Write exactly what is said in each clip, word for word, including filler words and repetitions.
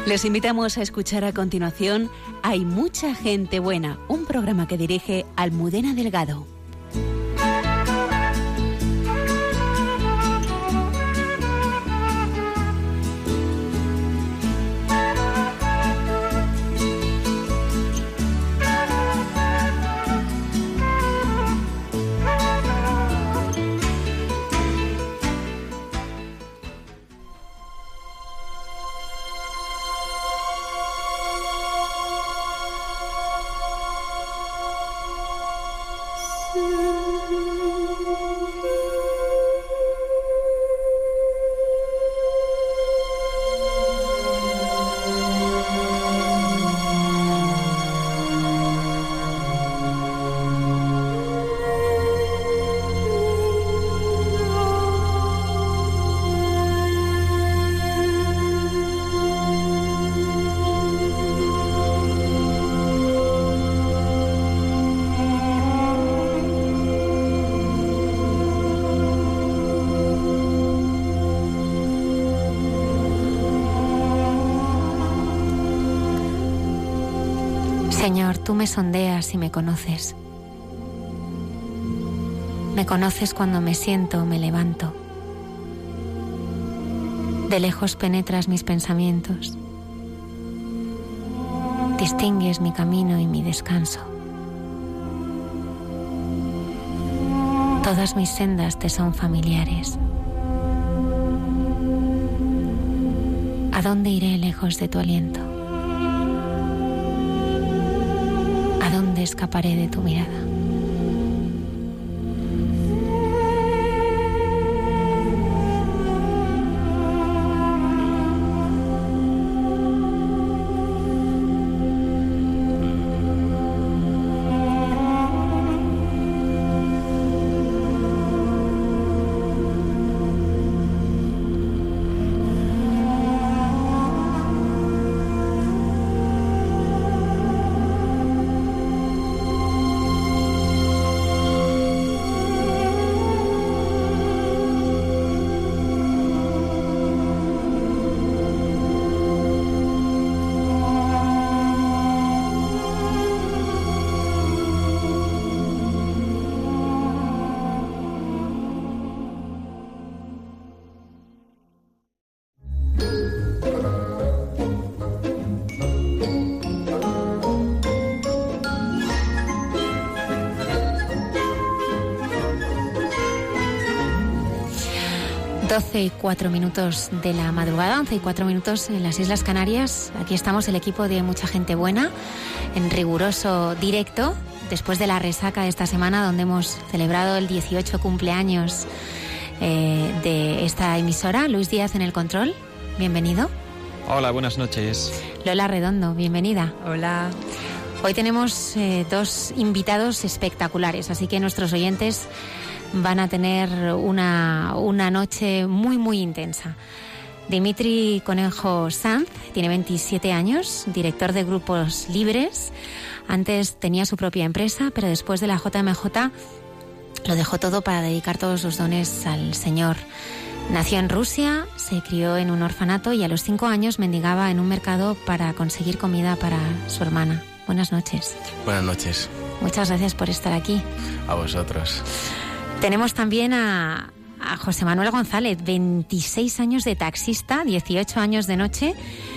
Les invitamos a escuchar a continuación Hay mucha gente buena, un programa que dirige Almudena Delgado. Señor, tú me sondeas y me conoces. Me conoces cuando me siento o me levanto. De lejos penetras mis pensamientos. Distingues mi camino y mi descanso. Todas mis sendas te son familiares. ¿A dónde iré lejos de tu aliento? ¿A dónde escaparé de tu mirada? doce y cuatro minutos de la madrugada, once y cuatro minutos en las Islas Canarias. Aquí estamos el equipo de Mucha Gente Buena en riguroso directo después de la resaca de esta semana, donde hemos celebrado el dieciocho cumpleaños eh, de esta emisora. Luis Díaz en el control, bienvenido. Hola, buenas noches. Lola Redondo, bienvenida. Hola. Hoy tenemos eh, dos invitados espectaculares, así que nuestros oyentes van a tener una, una noche muy, muy intensa. Dimitri Conejo Sanz tiene veintisiete años, director de Grupos Libres. Antes tenía su propia empresa, pero después de la J M J lo dejó todo para dedicar todos sus dones al Señor. Nació en Rusia, se crió en un orfanato y a los cinco años mendigaba en un mercado para conseguir comida para su hermana. Buenas noches. Buenas noches. Muchas gracias por estar aquí. A vosotros. Tenemos también a, a José Manuel González, veintiséis años de taxista, dieciocho años de noche,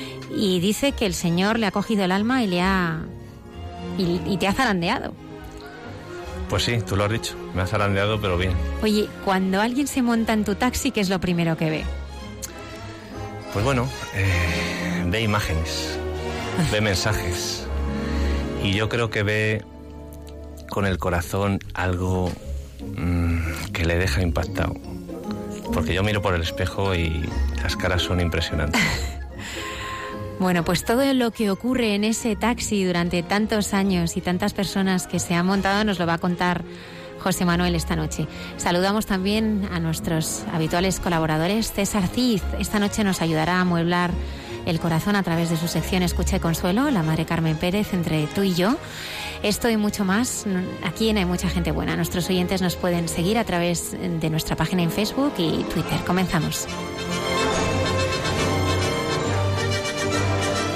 y dice que el Señor le ha cogido el alma y le ha y, y te ha zarandeado. Pues sí, tú lo has dicho, me ha zarandeado, pero bien. Oye, cuando alguien se monta en tu taxi, ¿qué es lo primero que ve? Pues bueno, eh, ve imágenes, ve mensajes, y yo creo que ve con el corazón algo que le deja impactado, porque yo miro por el espejo y las caras son impresionantes. Bueno, pues todo lo que ocurre en ese taxi durante tantos años y tantas personas que se han montado nos lo va a contar José Manuel esta noche. Saludamos también a nuestros habituales colaboradores. César Cid esta noche nos ayudará a amueblar el corazón a través de su sección Escucha y Consuelo, la Madre Carmen Pérez, entre tú y yo. Esto y mucho más, aquí en Hay Mucha Gente Buena. Nuestros oyentes nos pueden seguir a través de nuestra página en Facebook y Twitter. Comenzamos.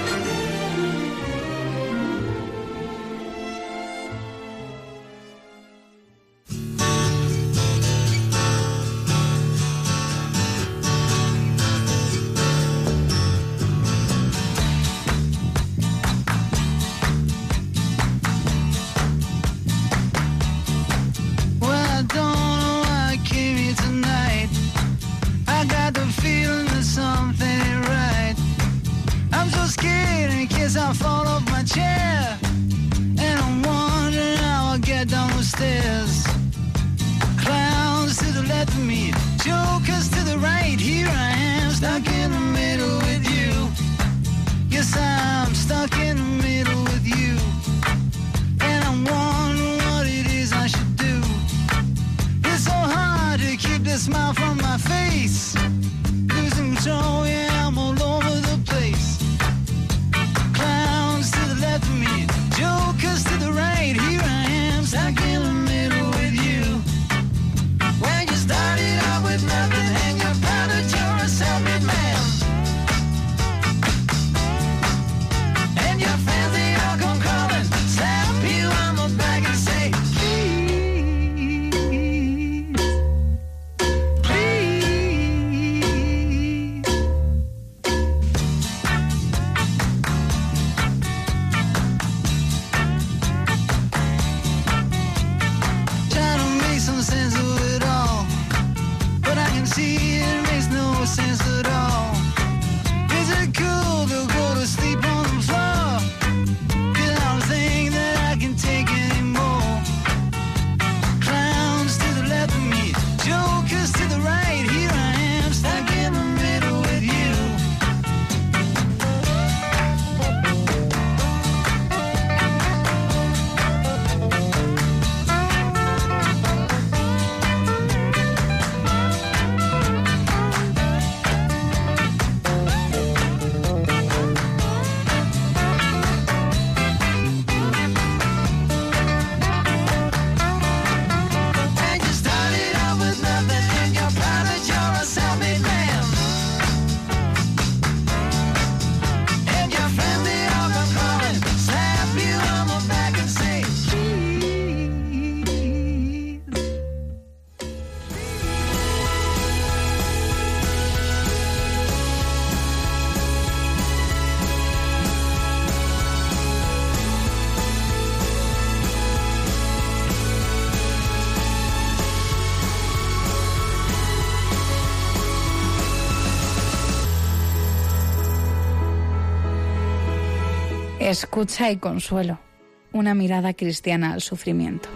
Escucha y consuelo. Una mirada cristiana al sufrimiento.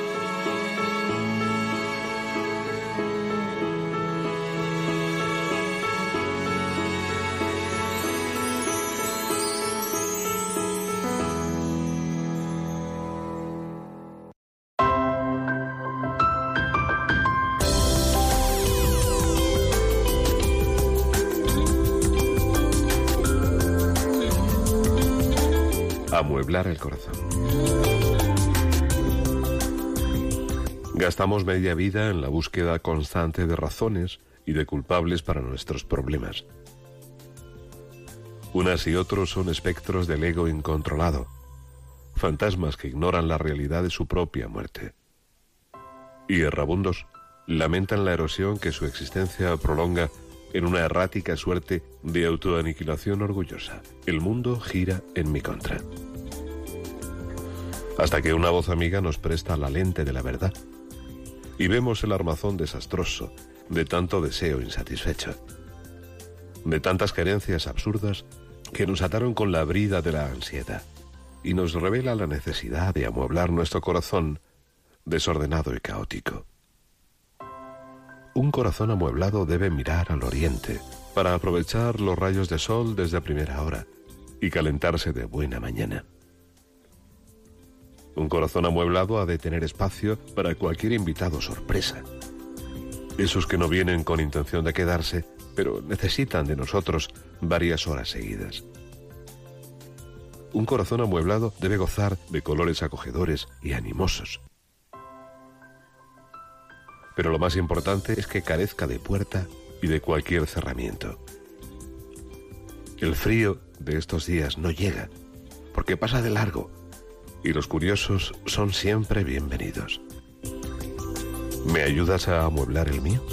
Amueblar el corazón. Gastamos media vida en la búsqueda constante de razones y de culpables para nuestros problemas. Unas y otros son espectros del ego incontrolado, fantasmas que ignoran la realidad de su propia muerte. Y errabundos lamentan la erosión que su existencia prolonga en una errática suerte de autoaniquilación orgullosa. El mundo gira en mi contra. Hasta que una voz amiga nos presta la lente de la verdad y vemos el armazón desastroso de tanto deseo insatisfecho, de tantas carencias absurdas que nos ataron con la brida de la ansiedad y nos revela la necesidad de amueblar nuestro corazón desordenado y caótico. Un corazón amueblado debe mirar al oriente para aprovechar los rayos de sol desde primera hora y calentarse de buena mañana. Un corazón amueblado ha de tener espacio para cualquier invitado sorpresa. Esos que no vienen con intención de quedarse, pero necesitan de nosotros varias horas seguidas. Un corazón amueblado debe gozar de colores acogedores y animosos. Pero lo más importante es que carezca de puerta y de cualquier cerramiento. El frío de estos días no llega, porque pasa de largo, y los curiosos son siempre bienvenidos. ¿Me ayudas a amueblar el mío?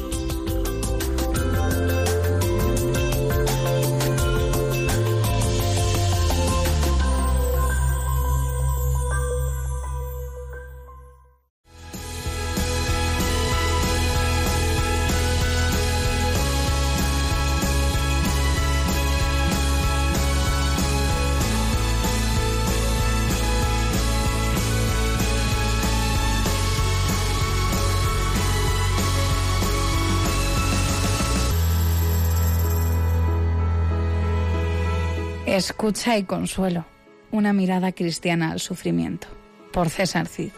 Escucha y consuelo. Una mirada cristiana al sufrimiento. Por César Cid.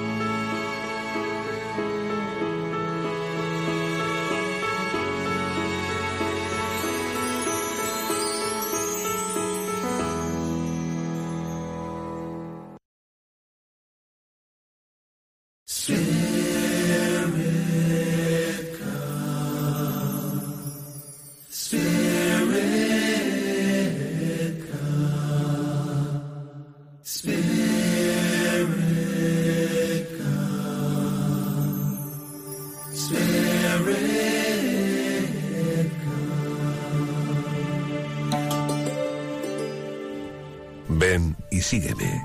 Ven y sígueme.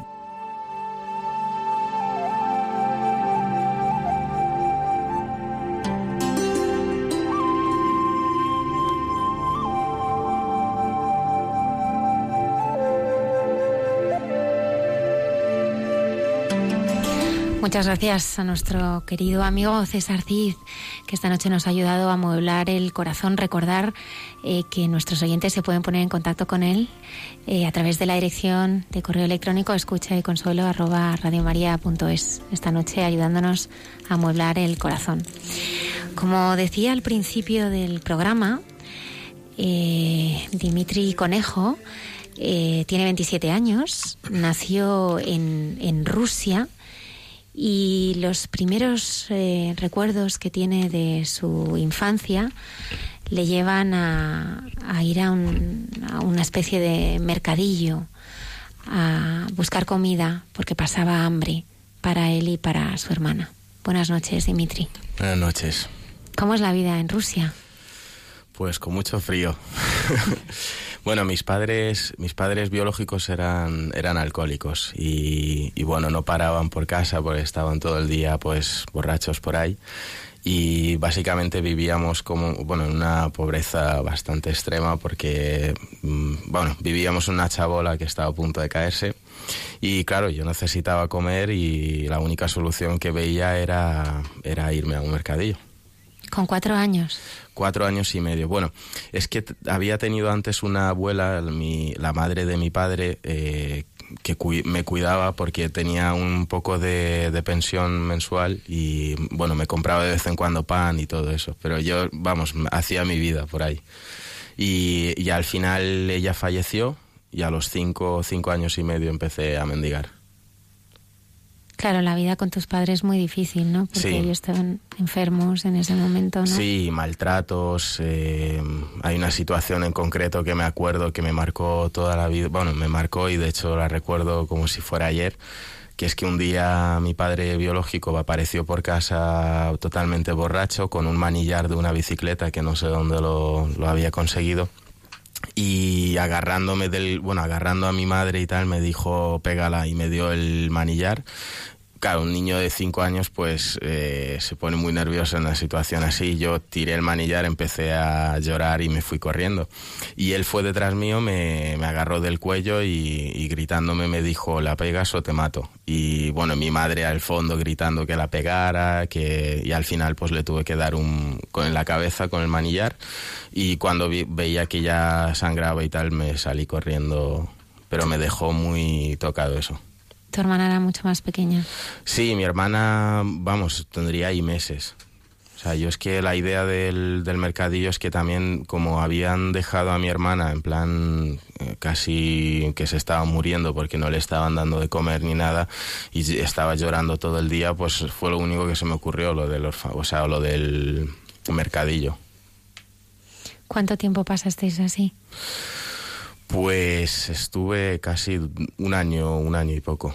Muchas gracias a nuestro querido amigo César Cid, que esta noche nos ha ayudado a amueblar el corazón. Recordar eh, que nuestros oyentes se pueden poner en contacto con él eh, a través de la dirección de correo electrónico escucha y consuelo arroba radiomaria punto es. Esta noche ayudándonos a amueblar el corazón. Como decía al principio del programa, eh, Dimitri Conejo eh, tiene veintisiete años, nació en, en Rusia. Y los primeros eh, recuerdos que tiene de su infancia le llevan a, a ir a, un, a una especie de mercadillo, a buscar comida, porque pasaba hambre para él y para su hermana. Buenas noches, Dimitri. Buenas noches. ¿Cómo es la vida en Rusia? Pues con mucho frío. Bueno, mis padres, mis padres biológicos eran, eran alcohólicos y, y bueno, no paraban por casa porque estaban todo el día pues borrachos por ahí y básicamente vivíamos como, bueno, en una pobreza bastante extrema porque, bueno, vivíamos en una chabola que estaba a punto de caerse Y claro, yo necesitaba comer y la única solución que veía era, era irme a un mercadillo. ¿Con cuatro años? Cuatro años y medio. Bueno, es que t- había tenido antes una abuela, mi, la madre de mi padre, eh, que cu- me cuidaba porque tenía un poco de, de pensión mensual y, bueno, me compraba de vez en cuando pan y todo eso. Pero yo, vamos, hacía mi vida por ahí. Y, y al final ella falleció y a los cinco, cinco años y medio empecé a mendigar. Claro, la vida con tus padres es muy difícil, ¿no? Porque Sí. ellos estaban enfermos en ese momento, ¿no? Sí, maltratos. Eh, hay una situación en concreto que me acuerdo que me marcó toda la vida. Bueno, me marcó y de hecho la recuerdo como si fuera ayer. Que es que un día mi padre biológico apareció por casa totalmente borracho con un manillar de una bicicleta que no sé dónde lo, lo había conseguido. Y agarrándome del, bueno, agarrando a mi madre y tal, me dijo, pégala, y me dio el manillar. Claro, un niño de cinco años pues eh, se pone muy nervioso en una situación así. Yo tiré el manillar, empecé a llorar y me fui corriendo. Y él fue detrás mío, me, me agarró del cuello y, y gritándome me dijo, ¿la pegas o te mato? Y bueno, mi madre al fondo gritando que la pegara, que y al final pues le tuve que dar un con en la cabeza con el manillar. Y cuando vi, veía que ya sangraba y tal, me salí corriendo, pero me dejó muy tocado eso. Tu hermana era mucho más pequeña. Sí, mi hermana, vamos, tendría ahí meses. O sea, yo es que la idea del, del mercadillo es que también, como habían dejado a mi hermana, en plan, eh, casi que se estaba muriendo porque no le estaban dando de comer ni nada, y estaba llorando todo el día, pues fue lo único que se me ocurrió, lo del orfa, o sea, lo del mercadillo. ¿Cuánto tiempo pasasteis así? Pues estuve casi un año, un año y poco.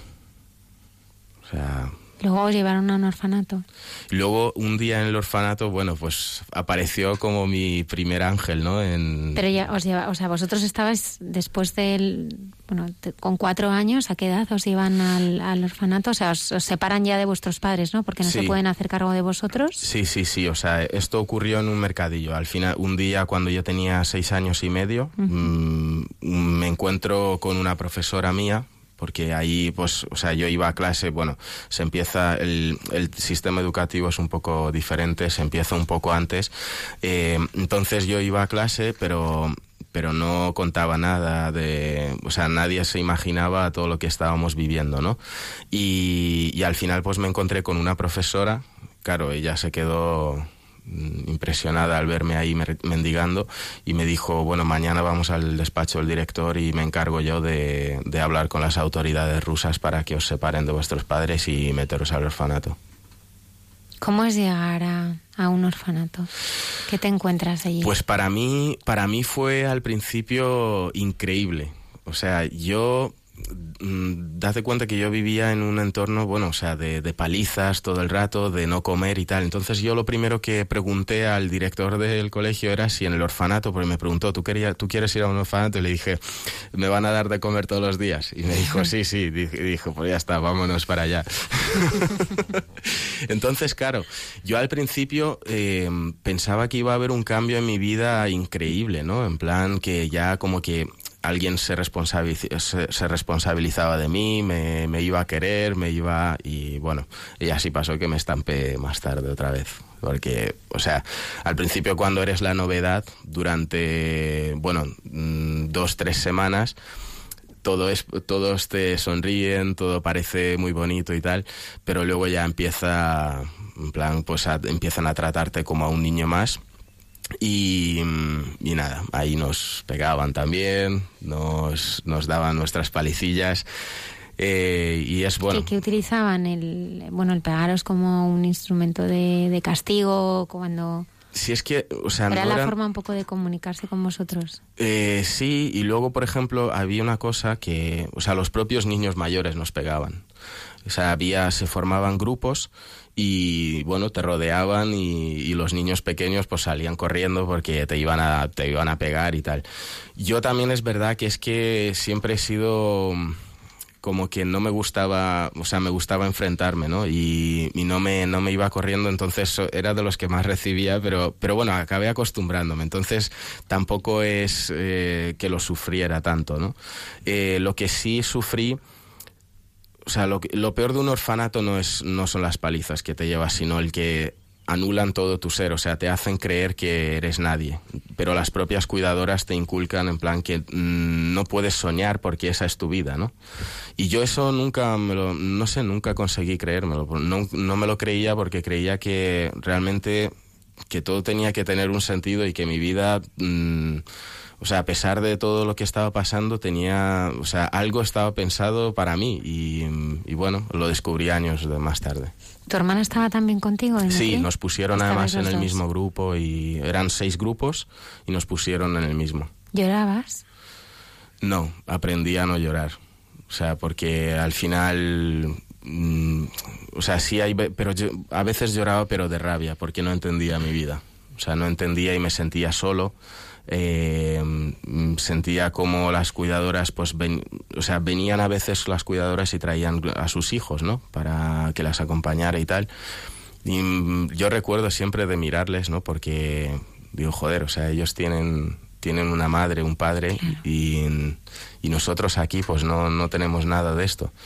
O sea... Luego os llevaron a un orfanato. Luego, un día en el orfanato, bueno, pues apareció como mi primer ángel, ¿no? En... Pero ya os lleva, o sea, vosotros estabais después del, bueno, te, con cuatro años, ¿a qué edad os iban al, al orfanato? O sea, os, os separan ya de vuestros padres, ¿no? Porque no Sí. se pueden hacer cargo de vosotros. Sí, sí, sí, o sea, esto ocurrió en un mercadillo. Al final, un día cuando yo tenía seis años y medio, uh-huh. mmm, me encuentro con una profesora mía, porque ahí, pues, o sea, yo iba a clase, bueno, se empieza, el, el sistema educativo es un poco diferente, se empieza un poco antes, eh, entonces yo iba a clase, pero... pero no contaba nada de... O sea, nadie se imaginaba todo lo que estábamos viviendo, ¿no? Y, y al final pues me encontré con una profesora, claro, ella se quedó impresionada al verme ahí mendigando y me dijo, bueno, mañana vamos al despacho del director y me encargo yo de, de hablar con las autoridades rusas para que os separen de vuestros padres y meteros al orfanato. ¿Cómo es llegar a, a un orfanato? ¿Qué te encuentras allí? Pues para mí, para mí fue al principio increíble. O sea, yo... Date cuenta que yo vivía en un entorno, bueno, o sea, de, de palizas todo el rato, de no comer y tal. Entonces yo lo primero que pregunté al director del colegio era si en el orfanato, porque me preguntó, ¿tú, querías, ¿tú quieres ir a un orfanato? Y le dije, ¿me van a dar de comer todos los días? Y me dijo, sí, sí. Y dijo, pues ya está, vámonos para allá. Entonces, claro, yo al principio eh, pensaba que iba a haber un cambio en mi vida increíble, ¿no? En plan que ya como que... alguien se, responsabiliz se, se responsabilizaba de mí, me, me iba a querer, me iba... Y bueno, y así pasó que me estampé más tarde otra vez. Porque, o sea, al principio cuando eres la novedad, durante, bueno, dos, tres semanas, todo es, todos te sonríen, todo parece muy bonito y tal, pero luego ya empieza, en plan, pues a, empiezan a tratarte como a un niño más. Y, y nada, ahí nos pegaban también, nos, nos daban nuestras palicillas eh, y es bueno. ¿Qué, qué utilizaban? El, bueno, el pegaros como un instrumento de, de castigo cuando... Si es que, o sea, ¿Era no la eran... forma un poco de comunicarse con vosotros? Eh, sí, y luego, por ejemplo, había una cosa que, o sea, los propios niños mayores nos pegaban. O sea, había, se formaban grupos y, bueno, te rodeaban y, y los niños pequeños pues salían corriendo porque te iban a, te iban a pegar y tal. Yo también es verdad que es que siempre he sido... como que no me gustaba, o sea, me gustaba enfrentarme, ¿no? Y, y no me no me iba corriendo, entonces era de los que más recibía, pero pero bueno, acabé acostumbrándome, entonces tampoco es eh, que lo sufriera tanto, ¿no? Eh, lo que sí sufrí o sea, lo, lo peor de un orfanato no es no son las palizas que te llevas, sino el que anulan todo tu ser, o sea, te hacen creer que eres nadie, pero las propias cuidadoras te inculcan en plan que mmm, no puedes soñar porque esa es tu vida, ¿no? Y yo eso nunca me lo, no sé, nunca conseguí creérmelo, no, no me lo creía porque creía que realmente que todo tenía que tener un sentido y que mi vida, mmm, o sea, a pesar de todo lo que estaba pasando, tenía, o sea, algo estaba pensado para mí y, y bueno, lo descubrí años de más tarde. ¿Tu hermana estaba también contigo? Sí, nos pusieron además en el dos? mismo grupo y eran seis grupos y nos pusieron en el mismo. ¿Llorabas? No, aprendí a no llorar. O sea, porque al final, mmm, o sea, sí hay, pero yo, a veces lloraba pero de rabia porque no entendía mi vida. O sea, no entendía y me sentía solo. Eh, sentía como las cuidadoras pues ven, o sea, venían a veces las cuidadoras y traían a sus hijos, ¿no? Para que las acompañara y tal, y yo recuerdo siempre de mirarles, ¿no? Porque digo, joder, o sea, ellos tienen tienen una madre, un padre, claro. y, y nosotros aquí pues no, no tenemos nada de esto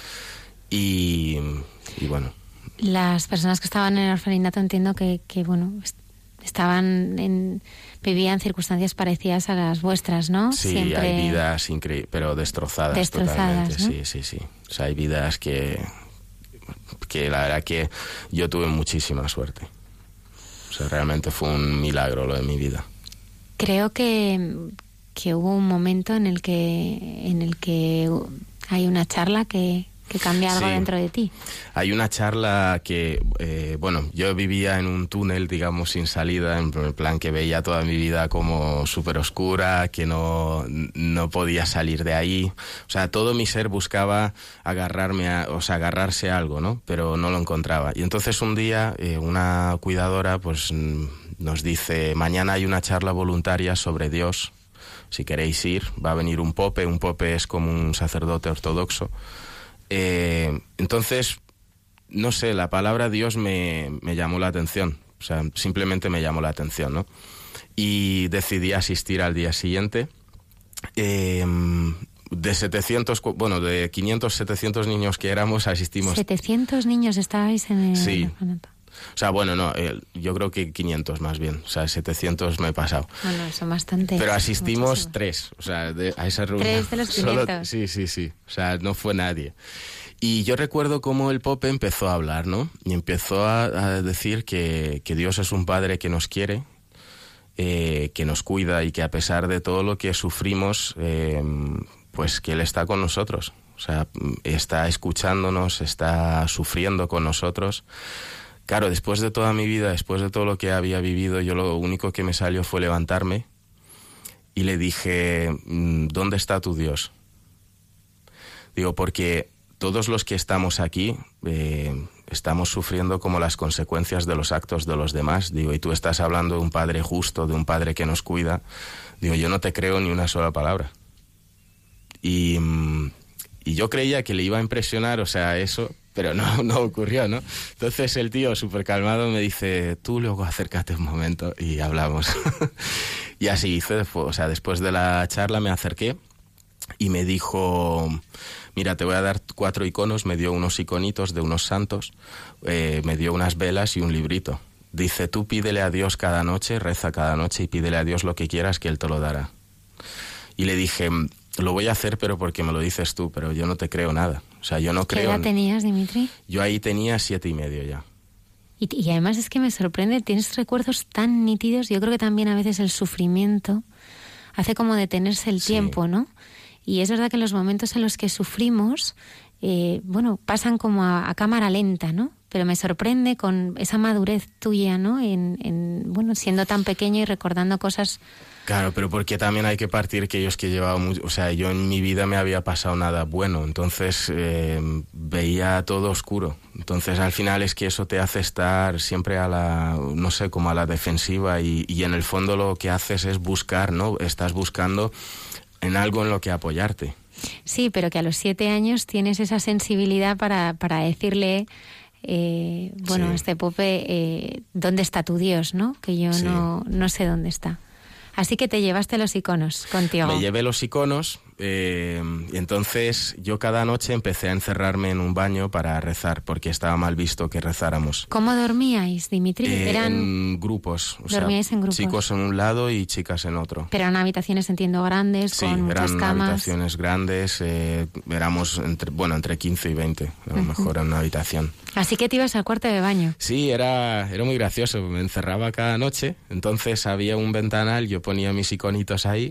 y, y bueno, las personas que estaban en el orfanato entiendo que, que bueno, estaban en vivían circunstancias parecidas a las vuestras, ¿no? Sí, Siempre... hay vidas increíbles, pero destrozadas, destrozadas totalmente, ¿no? Sí, sí, sí. O sea, hay vidas que, que la verdad que yo tuve muchísima suerte. O sea, realmente fue un milagro lo de mi vida. Creo que, que hubo un momento en el que, en el que hay una charla que... que cambia algo sí. dentro de ti. Hay una charla que, eh, bueno, yo vivía en un túnel, digamos, sin salida, en plan que veía toda mi vida como súper oscura, que no, no podía salir de ahí. O sea, todo mi ser buscaba agarrarme, a, o sea, agarrarse a algo, ¿no? Pero no lo encontraba. Y entonces un día eh, una cuidadora pues nos dice, mañana hay una charla voluntaria sobre Dios, si queréis ir, va a venir un pope, un pope es como un sacerdote ortodoxo. Eh, entonces, no sé, la palabra Dios me, me llamó la atención, o sea, simplemente me llamó la atención, ¿no? Y decidí asistir al día siguiente. Eh, de setecientos, bueno, de quinientos, setecientos niños que éramos, asistimos... ¿setecientos niños estabais en el sí. orfanato? O sea, bueno, no, eh, yo creo que quinientos más bien, o sea, setecientos me he pasado. Bueno, son bastantes. Pero asistimos muchísimos. tres, o sea, de, a esa reunión. Tres de los quinientos. Solo, sí, sí, sí, o sea, no fue nadie. Y yo recuerdo cómo el Pope empezó a hablar, ¿no? Y empezó a, a decir que, que Dios es un Padre que nos quiere, eh, que nos cuida y que a pesar de todo lo que sufrimos, eh, pues que Él está con nosotros. O sea, está escuchándonos, está sufriendo con nosotros. Claro, después de toda mi vida, después de todo lo que había vivido, yo lo único que me salió fue levantarme y le dije, ¿dónde está tu Dios? Digo, porque todos los que estamos aquí eh, estamos sufriendo como las consecuencias de los actos de los demás. Digo, y tú estás hablando de un Padre justo, de un Padre que nos cuida. Digo, yo no te creo ni una sola palabra. Y, y yo creía que le iba a impresionar, o sea, eso... pero no, no ocurrió, ¿no? Entonces el tío, súper calmado, me dice, tú luego acércate un momento y hablamos. Y así hice, o sea, después de la charla me acerqué y me dijo, mira, te voy a dar cuatro iconos, me dio unos iconitos de unos santos, eh, me dio unas velas y un librito. Dice, tú pídele a Dios cada noche, reza cada noche y pídele a Dios lo que quieras que Él te lo dará. Y le dije... lo voy a hacer, pero porque me lo dices tú, pero yo no te creo nada. O sea, yo no creo... ¿Qué edad tenías, Dimitri? Yo ahí tenía siete y medio ya. Y, y además es que me sorprende, tienes recuerdos tan nítidos. Yo creo que también a veces el sufrimiento hace como detenerse el sí. tiempo, ¿no? Y es verdad que en los momentos en los que sufrimos, eh, bueno, pasan como a, a cámara lenta, ¿no? Pero me sorprende con esa madurez tuya, ¿no? En, en bueno, siendo tan pequeño y recordando cosas... Claro, pero porque también hay que partir que ellos que llevaban mucho... O sea, yo en mi vida me había pasado nada bueno, entonces eh, veía todo oscuro. Entonces al final es que eso te hace estar siempre a la... no sé, como a la defensiva y, y en el fondo lo que haces es buscar, ¿no? Estás buscando en algo en lo que apoyarte. Sí, pero que a los siete años tienes esa sensibilidad para, para decirle... Eh, bueno, sí. este Pope, eh, ¿dónde está tu Dios, no? Que yo sí. no, no sé dónde está. Así que te llevaste los iconos contigo. Me llevé los iconos Eh, y entonces yo cada noche empecé a encerrarme en un baño para rezar, porque estaba mal visto que rezáramos. ¿Cómo dormíais, Dimitri? Eh, Eran... En grupos. O ¿Dormíais sea, en grupos? Chicos en un lado y chicas en otro. Pero eran habitaciones, entiendo, grandes, Sí, con muchas eran camas. habitaciones grandes, eh, éramos entre, bueno, entre quince y veinte, a lo Ujú. mejor en una habitación. Así que te ibas al cuarto de baño. Sí, era, era muy gracioso, me encerraba cada noche, entonces había un ventanal, yo ponía mis iconitos ahí,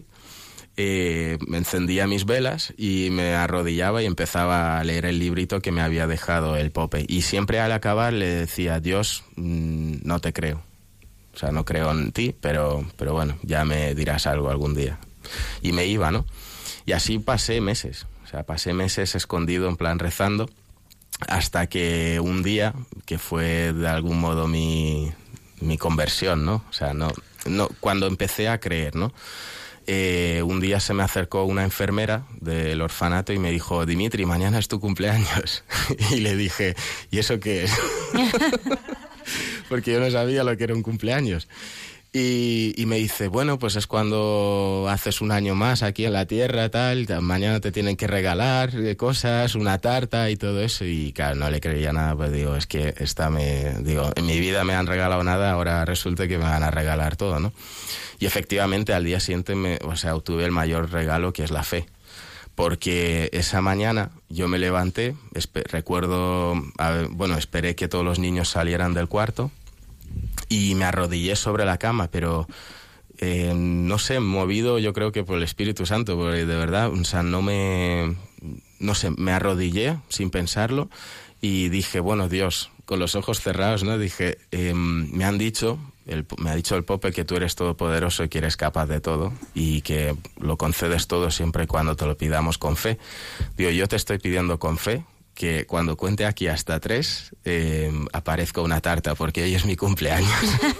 eh, me encendía mis velas y me arrodillaba y empezaba a leer el librito que me había dejado el Pope. Y siempre al acabar le decía, Dios, mmm, no te creo. O sea, no creo en ti, pero, pero bueno, ya me dirás algo algún día. Y me iba, ¿no? Y así pasé meses, o sea, pasé meses escondido, en plan rezando, hasta que un día, que fue de algún modo mi, mi conversión, ¿no? O sea, no, no, cuando empecé a creer, ¿no? Eh, un día se me acercó una enfermera del orfanato y me dijo, Dimitri, mañana es tu cumpleaños. Y le dije, ¿y eso qué es? Porque yo no sabía lo que era un cumpleaños. Y, y me dice, bueno, pues es cuando haces un año más aquí en la tierra, tal, mañana te tienen que regalar cosas, una tarta y todo eso. Y claro, no le creía nada, pues digo, es que esta me, digo, en mi vida me han regalado nada, ahora resulta que me van a regalar todo, ¿no? Y efectivamente al día siguiente, me, o sea, obtuve el mayor regalo, que es la fe. Porque esa mañana yo me levanté, recuerdo, a ver, bueno, esperé que todos los niños salieran del cuarto y me arrodillé sobre la cama, pero eh, no sé, movido yo creo que por el Espíritu Santo, porque de verdad, o sea, no me, no sé, me arrodillé sin pensarlo y dije, bueno, Dios, con los ojos cerrados, ¿no? Dije, eh, me han dicho, el, me ha dicho el Pope que tú eres todopoderoso y que eres capaz de todo y que lo concedes todo siempre y cuando te lo pidamos con fe. Digo, yo te estoy pidiendo con fe que cuando cuente aquí hasta tres eh, aparezca una tarta, porque hoy es mi cumpleaños.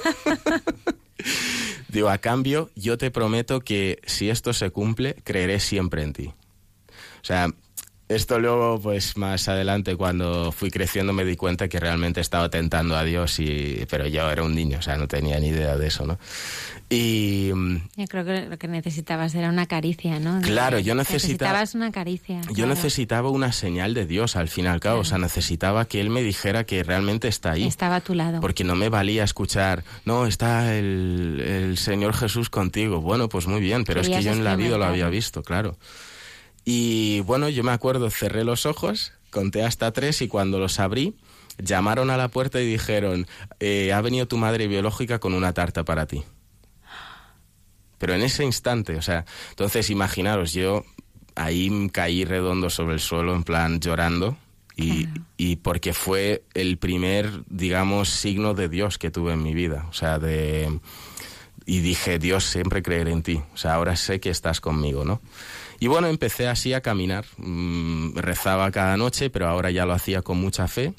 Digo, a cambio, yo te prometo que si esto se cumple, creeré siempre en ti. O sea, esto luego, pues más adelante, cuando fui creciendo, me di cuenta que realmente estaba tentando a Dios, y, pero yo era un niño, o sea, no tenía ni idea de eso, ¿no? Y yo creo que lo que necesitabas era una caricia, ¿no? Claro, yo necesitaba... Necesitabas una caricia. Yo claro. necesitaba una señal de Dios, al fin y al cabo. Claro. O sea, necesitaba que Él me dijera que realmente está ahí. Estaba a tu lado. Porque no me valía escuchar, no, está el, el Señor Jesús contigo. Bueno, pues muy bien, pero Querías es que yo en la vida lo había visto, claro. Y bueno, yo me acuerdo, cerré los ojos, conté hasta tres y cuando los abrí, llamaron a la puerta y dijeron, eh, ha venido tu madre biológica con una tarta para ti. Pero en ese instante, o sea, entonces imaginaros, yo ahí caí redondo sobre el suelo, en plan llorando, y, claro. y porque fue el primer, digamos, signo de Dios que tuve en mi vida, o sea, de... Y dije, Dios, siempre creeré en ti, o sea, ahora sé que estás conmigo, ¿no? Y bueno, empecé así a caminar, mm, rezaba cada noche, pero ahora ya lo hacía con mucha fe.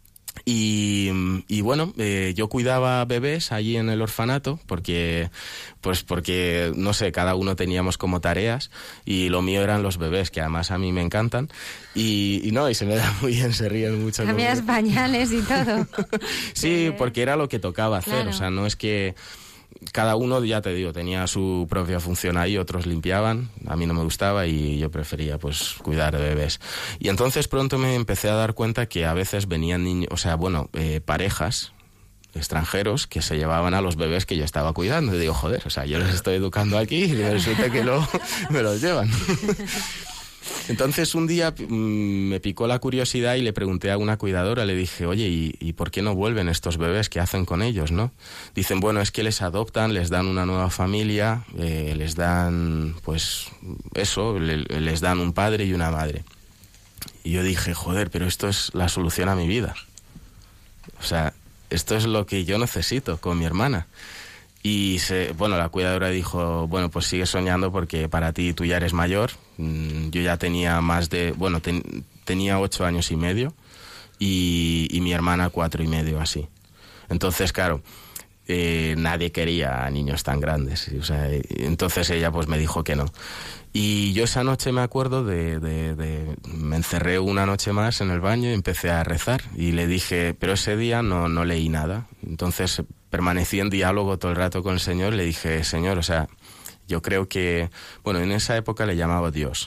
Y, y bueno, eh, yo cuidaba bebés allí en el orfanato porque, pues porque, no sé, cada uno teníamos como tareas y lo mío eran los bebés, que además a mí me encantan. Y, y no, y se me da muy bien, se ríen mucho. Cambias pañales y todo. Sí, porque era lo que tocaba hacer, claro. O sea, no es que... Cada uno, ya te digo, tenía su propia función ahí, otros limpiaban, a mí no me gustaba y yo prefería pues cuidar de bebés. Y entonces pronto me empecé a dar cuenta que a veces venían niños, o sea, bueno, eh, parejas extranjeros que se llevaban a los bebés que yo estaba cuidando. Y digo, joder, o sea, yo los estoy educando aquí y resulta que luego me los llevan. Entonces un día mmm, me picó la curiosidad y le pregunté a una cuidadora, le dije, oye, ¿y, ¿y por qué no vuelven estos bebés? ¿Qué hacen con ellos, no? Dicen, bueno, es que les adoptan, les dan una nueva familia, eh, les dan, pues, eso, le, les dan un padre y una madre. Y yo dije, joder, pero esto es la solución a mi vida. O sea, esto es lo que yo necesito con mi hermana. Y se, bueno, la cuidadora dijo, bueno, pues sigue soñando porque para ti tú ya eres mayor. Yo ya tenía más de, bueno, ten, tenía ocho años y medio y, y mi hermana cuatro y medio, así. Entonces, claro, eh, nadie quería a niños tan grandes. O sea, entonces ella pues me dijo que no. Y yo esa noche me acuerdo de, de, de... Me encerré una noche más en el baño y empecé a rezar. Y le dije, pero ese día no, no leí nada. Entonces permanecí en diálogo todo el rato con el Señor. Le dije, Señor, o sea, yo creo que... Bueno, en esa época le llamaba Dios,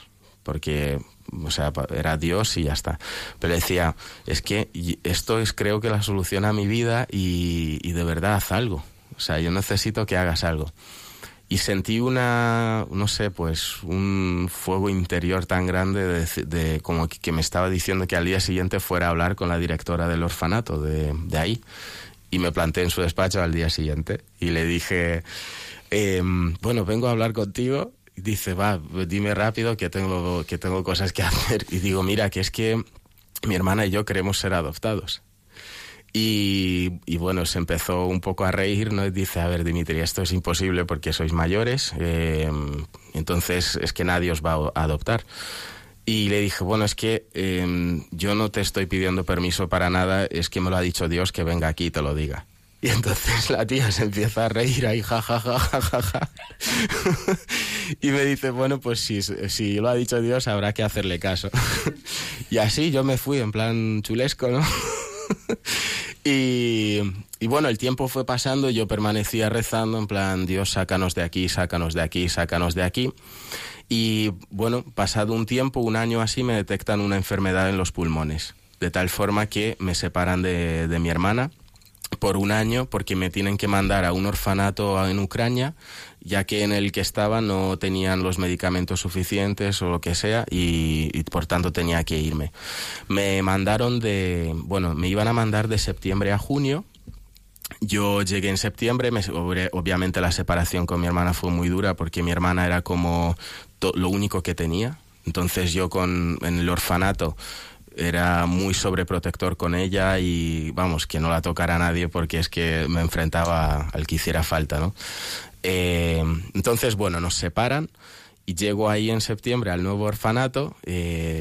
porque, o sea, era Dios y ya está. Pero decía, es que esto es creo que la solución a mi vida y, y de verdad haz algo. O sea, yo necesito que hagas algo. Y sentí una, no sé, pues un fuego interior tan grande de, de como que me estaba diciendo que al día siguiente fuera a hablar con la directora del orfanato de, de ahí. Y me planté en su despacho al día siguiente y le dije, eh, bueno, vengo a hablar contigo. Y dice, va, dime rápido que tengo, que tengo cosas que hacer. Y digo, mira, que es que mi hermana y yo queremos ser adoptados. Y, y bueno, se empezó un poco a reír, ¿no? Y dice, a ver, Dimitri, esto es imposible porque sois mayores, eh, entonces es que nadie os va a adoptar. Y le dije, bueno, es que eh, yo no te estoy pidiendo permiso para nada, es que me lo ha dicho Dios que venga aquí y te lo diga. Y entonces la tía se empieza a reír ahí, ja, ja, ja, ja, ja, ja. Y me dice, bueno, pues si, si lo ha dicho Dios habrá que hacerle caso. Y así yo me fui en plan chulesco, ¿no? y, y bueno, el tiempo fue pasando y yo permanecía rezando en plan, Dios, sácanos de aquí, sácanos de aquí, sácanos de aquí. Y bueno, pasado un tiempo, un año así, me detectan una enfermedad en los pulmones, de tal forma que me separan de, de mi hermana por un año porque me tienen que mandar a un orfanato en Ucrania, ya que en el que estaba no tenían los medicamentos suficientes o lo que sea y, y por tanto tenía que irme. Me mandaron de, bueno, me iban a mandar de septiembre a junio. Yo llegué en septiembre, me, obviamente la separación con mi hermana fue muy dura porque mi hermana era como to, lo único que tenía. Entonces yo con, en el orfanato era muy sobreprotector con ella y vamos, que no la tocara a nadie porque es que me enfrentaba al que hiciera falta, ¿no? Eh, entonces, bueno, nos separan y llego ahí en septiembre al nuevo orfanato, eh,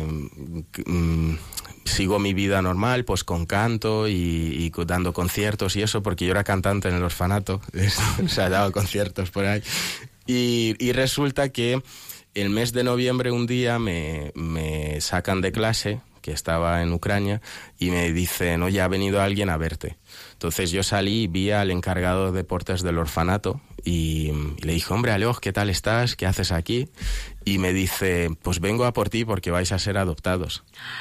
mm, sigo mi vida normal, pues con canto y, y dando conciertos y eso, porque yo era cantante en el orfanato, o sea, daba conciertos por ahí. Y, y resulta que el mes de noviembre un día me, me sacan de clase, que estaba en Ucrania, y me dicen, oye, ha venido alguien a verte. Entonces yo salí y vi al encargado de deportes del orfanato y, y le dije, hombre, Aleoj, ¿qué tal estás? ¿Qué haces aquí? Y me dice, pues vengo a por ti porque vais a ser adoptados.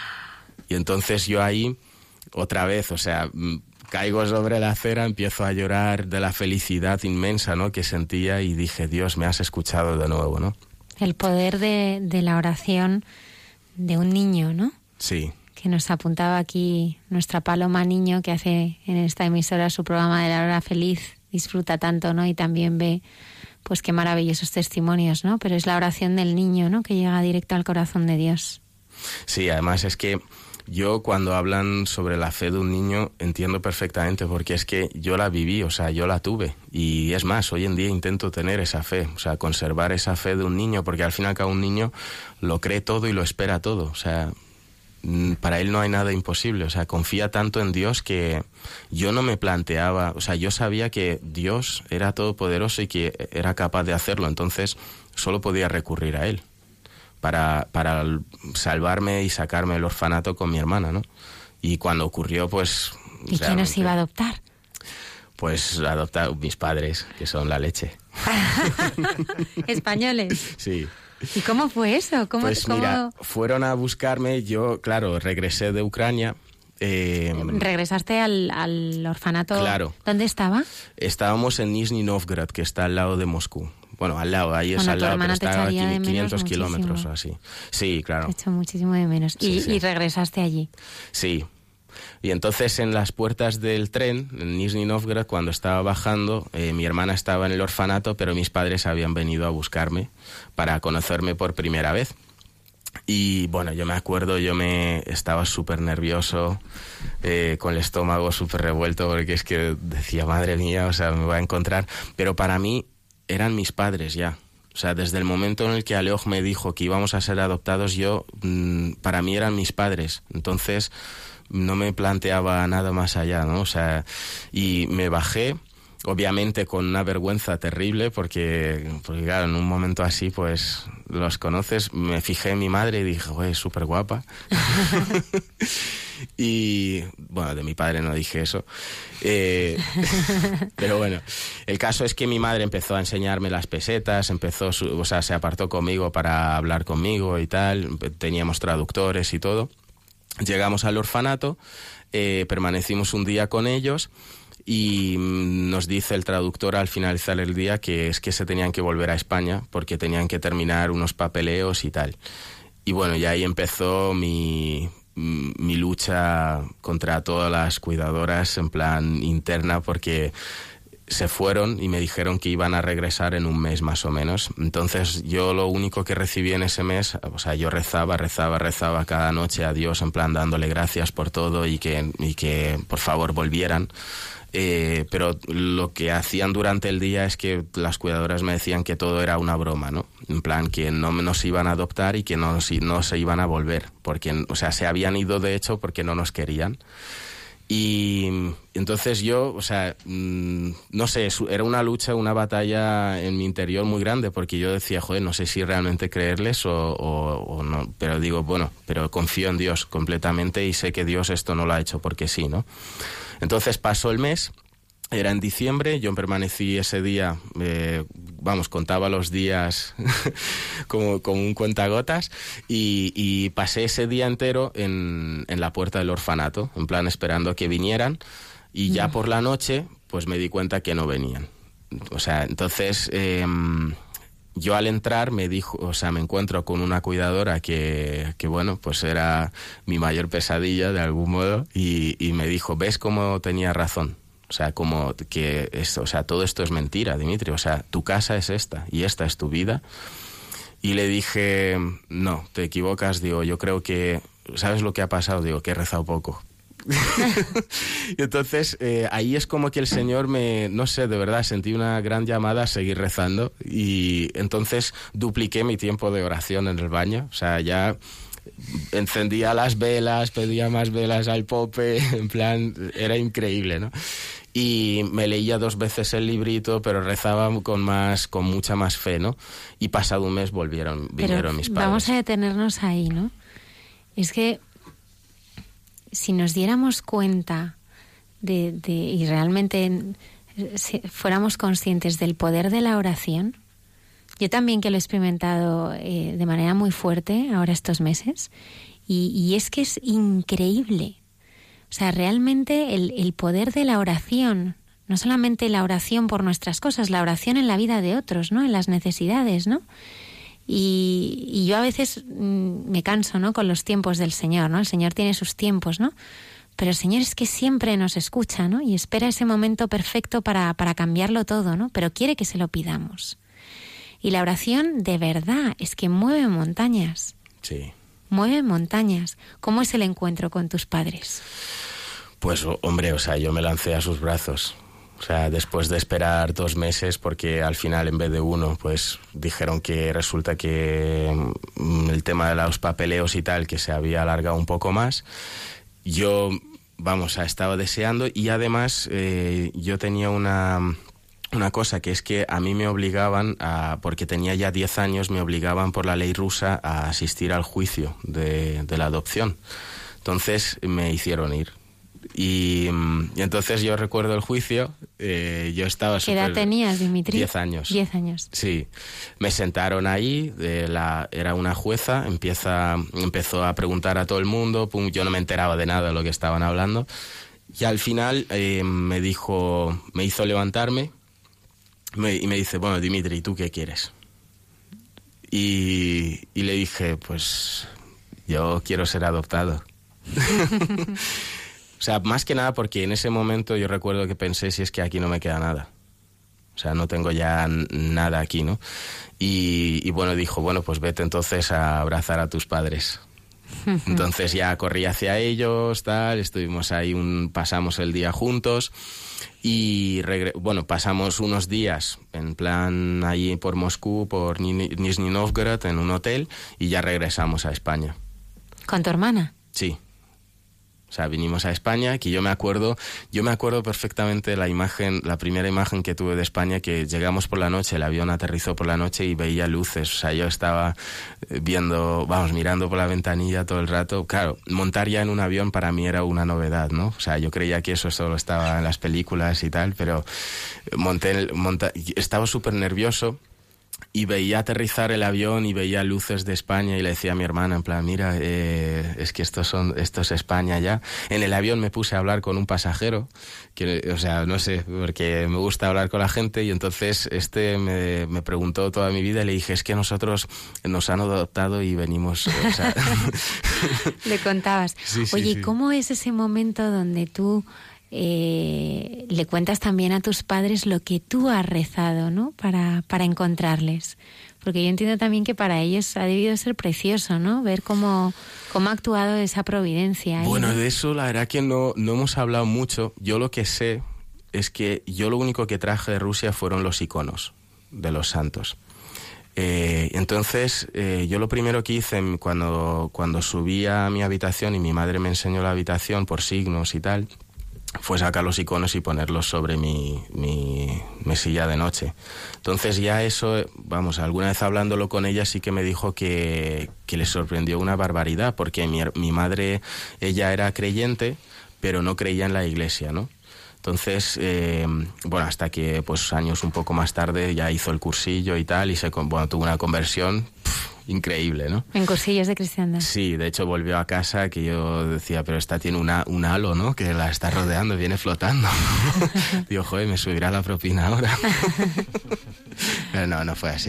Y entonces yo ahí, otra vez, o sea, caigo sobre la acera, empiezo a llorar de la felicidad inmensa, ¿no?, que sentía y dije, Dios, me has escuchado de nuevo, ¿no? El poder de, de la oración de un niño, ¿no? Sí. Que nos apuntaba aquí nuestra Paloma Niño, que hace en esta emisora su programa de la hora feliz, disfruta tanto, ¿no? Y también ve, pues qué maravillosos testimonios, ¿no? Pero es la oración del niño, ¿no?, que llega directo al corazón de Dios. Sí, además es que yo cuando hablan sobre la fe de un niño entiendo perfectamente porque es que yo la viví, o sea, yo la tuve. Y es más, hoy en día intento tener esa fe, o sea, conservar esa fe de un niño, porque al fin y al cabo un niño lo cree todo y lo espera todo, o sea, para él no hay nada imposible, o sea, confía tanto en Dios que yo no me planteaba, o sea, yo sabía que Dios era todopoderoso y que era capaz de hacerlo, entonces solo podía recurrir a él para, para salvarme y sacarme del orfanato con mi hermana, ¿no? Y cuando ocurrió, pues... ¿Y quién os iba a adoptar? Pues adoptar mis padres, que son la leche. ¿Españoles? Sí. ¿Y cómo fue eso? ¿Cómo, pues cómo... mira, fueron a buscarme, yo, claro, regresé de Ucrania. Eh, ¿Regresaste al, al orfanato? Claro. ¿Dónde estaba? Estábamos en Nizhny Novgorod, que está al lado de Moscú. Bueno, al lado, ahí es bueno, al lado, pero está a quinientos muchísimo. kilómetros o así. Sí, claro. Te echo muchísimo de menos. Sí, ¿Y, sí. ¿Y regresaste allí? Sí. Y entonces en las puertas del tren, en Nizhny Novgorod, cuando estaba bajando, eh, mi hermana estaba en el orfanato, pero mis padres habían venido a buscarme para conocerme por primera vez. Y bueno, yo me acuerdo, yo me estaba súper nervioso, eh, con el estómago súper revuelto, porque es que decía, madre mía, o sea, me voy a encontrar. Pero para mí eran mis padres ya. O sea, desde el momento en el que Aleoj me dijo que íbamos a ser adoptados, yo, mmm, para mí eran mis padres. Entonces no me planteaba nada más allá, ¿no? O sea, y me bajé obviamente con una vergüenza terrible, porque, porque claro, en un momento así, pues los conoces. Me fijé en mi madre y dije, güey, es súper guapa. Y bueno, de mi padre no dije eso. Eh, pero bueno, el caso es que mi madre empezó a enseñarme las pesetas, empezó, su, o sea, se apartó conmigo para hablar conmigo y tal. Teníamos traductores y todo. Llegamos al orfanato, eh, permanecimos un día con ellos. Y nos dice el traductor al finalizar el día que es que se tenían que volver a España porque tenían que terminar unos papeleos y tal. Y bueno, y ahí empezó mi, mi lucha contra todas las cuidadoras en plan interna, porque se fueron y me dijeron que iban a regresar en un mes más o menos. Entonces yo lo único que recibí en ese mes, o sea, yo rezaba, rezaba, rezaba cada noche a Dios en plan dándole gracias por todo y que, y que por favor volvieran. Eh, pero lo que hacían durante el día es que las cuidadoras me decían que todo era una broma, ¿no? En plan, que no nos iban a adoptar y que no, no se iban a volver, porque, o sea, se habían ido de hecho porque no nos querían. Y entonces yo, o sea, mmm, no sé, era una lucha, una batalla en mi interior muy grande, porque yo decía, joder, no sé si realmente creerles o, o, o no, pero digo, bueno, pero confío en Dios completamente y sé que Dios esto no lo ha hecho porque sí, ¿no? Entonces pasó el mes, era en diciembre, yo permanecí ese día, eh, vamos, contaba los días como, como un cuentagotas y, y pasé ese día entero en, en la puerta del orfanato, en plan esperando a que vinieran, y ya por la noche pues me di cuenta que no venían. O sea, entonces eh, yo al entrar me dijo, o sea, me encuentro con una cuidadora que, que bueno, pues era mi mayor pesadilla de algún modo, y, y me dijo, ¿ves cómo tenía razón? O sea, como que esto, o sea, todo esto es mentira, Dimitri. O sea, tu casa es esta y esta es tu vida. Y le dije, no, te equivocas. Digo, yo creo que, ¿sabes lo que ha pasado? Digo, que he rezado poco. Y entonces eh, ahí es como que el Señor me, no sé, de verdad sentí una gran llamada a seguir rezando, y entonces dupliqué mi tiempo de oración en el baño. O sea, ya encendía las velas, pedía más velas al pope, en plan, era increíble, ¿no? Y me leía dos veces el librito, pero rezaba con más, con mucha más fe, ¿no? Y pasado un mes volvieron, vinieron pero mis padres. Vamos a detenernos ahí, ¿no? Es que si nos diéramos cuenta de, de y realmente si fuéramos conscientes del poder de la oración, yo también que lo he experimentado eh, de manera muy fuerte ahora estos meses, y, y es que es increíble. O sea, realmente el, el poder de la oración, no solamente la oración por nuestras cosas, la oración en la vida de otros, ¿no? En las necesidades, ¿no? Y, y yo a veces mmm, me canso, ¿no? Con los tiempos del Señor, ¿no? El Señor tiene sus tiempos, ¿no? Pero el Señor es que siempre nos escucha, ¿no? Y espera ese momento perfecto para, para cambiarlo todo, ¿no? Pero quiere que se lo pidamos. Y la oración, de verdad, es que mueve montañas. Sí. Mueve montañas. ¿Cómo es el encuentro con tus padres? Pues, hombre, o sea, yo me lancé a sus brazos. O sea, después de esperar dos meses, porque al final en vez de uno, pues dijeron que resulta que el tema de los papeleos y tal, que se había alargado un poco más. Yo, vamos, estaba deseando, y además eh, yo tenía una... Una cosa que es que a mí me obligaban, a, porque tenía ya diez años, me obligaban por la ley rusa a asistir al juicio de, de la adopción. Entonces me hicieron ir. Y, y entonces yo recuerdo el juicio, eh, yo estaba súper... ¿Qué edad tenías, Dimitri? Diez años. Diez años. Sí. Me sentaron ahí, eh, la, era una jueza, empieza, empezó a preguntar a todo el mundo, pum, yo no me enteraba de nada de lo que estaban hablando. Y al final eh, me dijo, me hizo levantarme, Me, y me dice, bueno, Dimitri, ¿tú qué quieres? Y, y le dije, pues yo quiero ser adoptado. O sea, más que nada porque en ese momento yo recuerdo que pensé, si es que aquí no me queda nada. O sea, no tengo ya nada aquí, ¿no? Y, y bueno, dijo, bueno, pues vete entonces a abrazar a tus padres. Entonces ya corrí hacia ellos, tal, estuvimos ahí, un, pasamos el día juntos. Y regre- bueno, pasamos unos días en plan allí por Moscú, por Nizhny Novgorod, en un hotel, y ya regresamos a España. ¿Con tu hermana? Sí. O sea, vinimos a España, que yo me acuerdo, yo me acuerdo perfectamente de la imagen, la primera imagen que tuve de España, que llegamos por la noche, el avión aterrizó por la noche y veía luces. O sea, yo estaba viendo, vamos, mirando por la ventanilla todo el rato. Claro, montar ya en un avión para mí era una novedad, ¿no? O sea, yo creía que eso solo estaba en las películas y tal, pero monté, monta, estaba súper nervioso. Y veía aterrizar el avión y veía luces de España y le decía a mi hermana, en plan, mira, eh, es que estos son, esto es España ya. En el avión me puse a hablar con un pasajero, que, o sea, no sé, porque me gusta hablar con la gente, y entonces este me, me preguntó toda mi vida y le dije, es que nosotros nos han adoptado y venimos, o sea... Le contabas. Sí, sí, Oye, sí. ¿cómo es ese momento donde tú... Eh, le cuentas también a tus padres lo que tú has rezado, ¿no? Para, para encontrarles. Porque yo entiendo también que para ellos ha debido ser precioso, ¿no? Ver cómo, cómo ha actuado esa providencia. ahí, Bueno, ¿no? de eso la verdad que no, no hemos hablado mucho. Yo lo que sé es que yo lo único que traje de Rusia fueron los iconos de los santos. Eh, entonces, eh, yo lo primero que hice cuando, cuando subí a mi habitación y mi madre me enseñó la habitación por signos y tal... fue sacar los iconos y ponerlos sobre mi, mi mesilla de noche. Entonces ya eso, vamos, alguna vez hablándolo con ella sí que me dijo que, que le sorprendió una barbaridad, porque mi, mi madre, ella era creyente, pero no creía en la iglesia, ¿no? Entonces, eh, bueno, hasta que pues años un poco más tarde ya hizo el cursillo y tal, y se, bueno, tuvo una conversión pff, increíble, ¿no? En cursillos de cristiandad. Sí, de hecho volvió a casa, que yo decía, pero esta tiene una, un halo, ¿no? Que la está rodeando, viene flotando. Digo, joder, me subirá la propina ahora. Pero no, no fue así.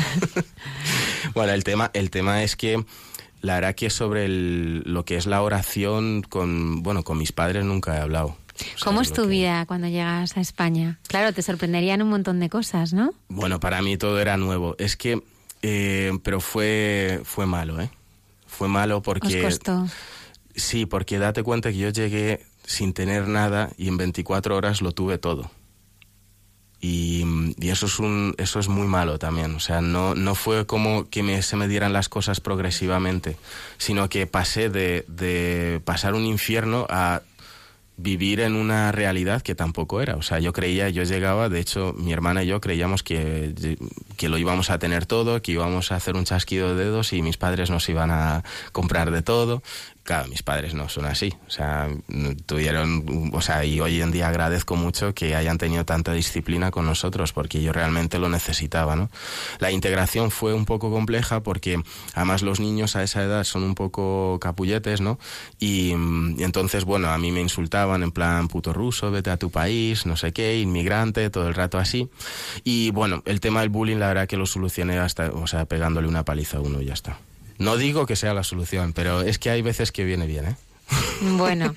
Bueno, el tema, el tema es que la verdad que sobre el, lo que es la oración con, bueno, con mis padres nunca he hablado. O sea, ¿Cómo es tu que... vida cuando llegas a España? Claro, te sorprenderían un montón de cosas, ¿no? Bueno, para mí todo era nuevo. Es que, eh, pero fue, fue malo, ¿eh? Fue malo porque... ¿Os costó? Sí, porque date cuenta que yo llegué sin tener nada y en veinticuatro horas lo tuve todo. Y, y eso es un, eso es muy malo también. O sea, no, no fue como que me, se me dieran las cosas progresivamente, sino que pasé de, de pasar un infierno a vivir en una realidad que tampoco era. O sea, yo creía, yo llegaba, de hecho, mi hermana y yo creíamos que, que lo íbamos a tener todo, que íbamos a hacer un chasquido de dedos y mis padres nos iban a comprar de todo. Claro, mis padres no son así. O sea, tuvieron, o sea, y hoy en día agradezco mucho que hayan tenido tanta disciplina con nosotros, porque yo realmente lo necesitaba, ¿no? La integración fue un poco compleja porque además los niños a esa edad son un poco capulletes, ¿no? Y, y entonces, bueno, a mí me insultaban en plan puto ruso, vete a tu país, no sé qué, inmigrante, todo el rato así. Y bueno, el tema del bullying la verdad que lo solucioné hasta, o sea, pegándole una paliza a uno y ya está. No digo que sea la solución, pero es que hay veces que viene bien, ¿eh? Bueno,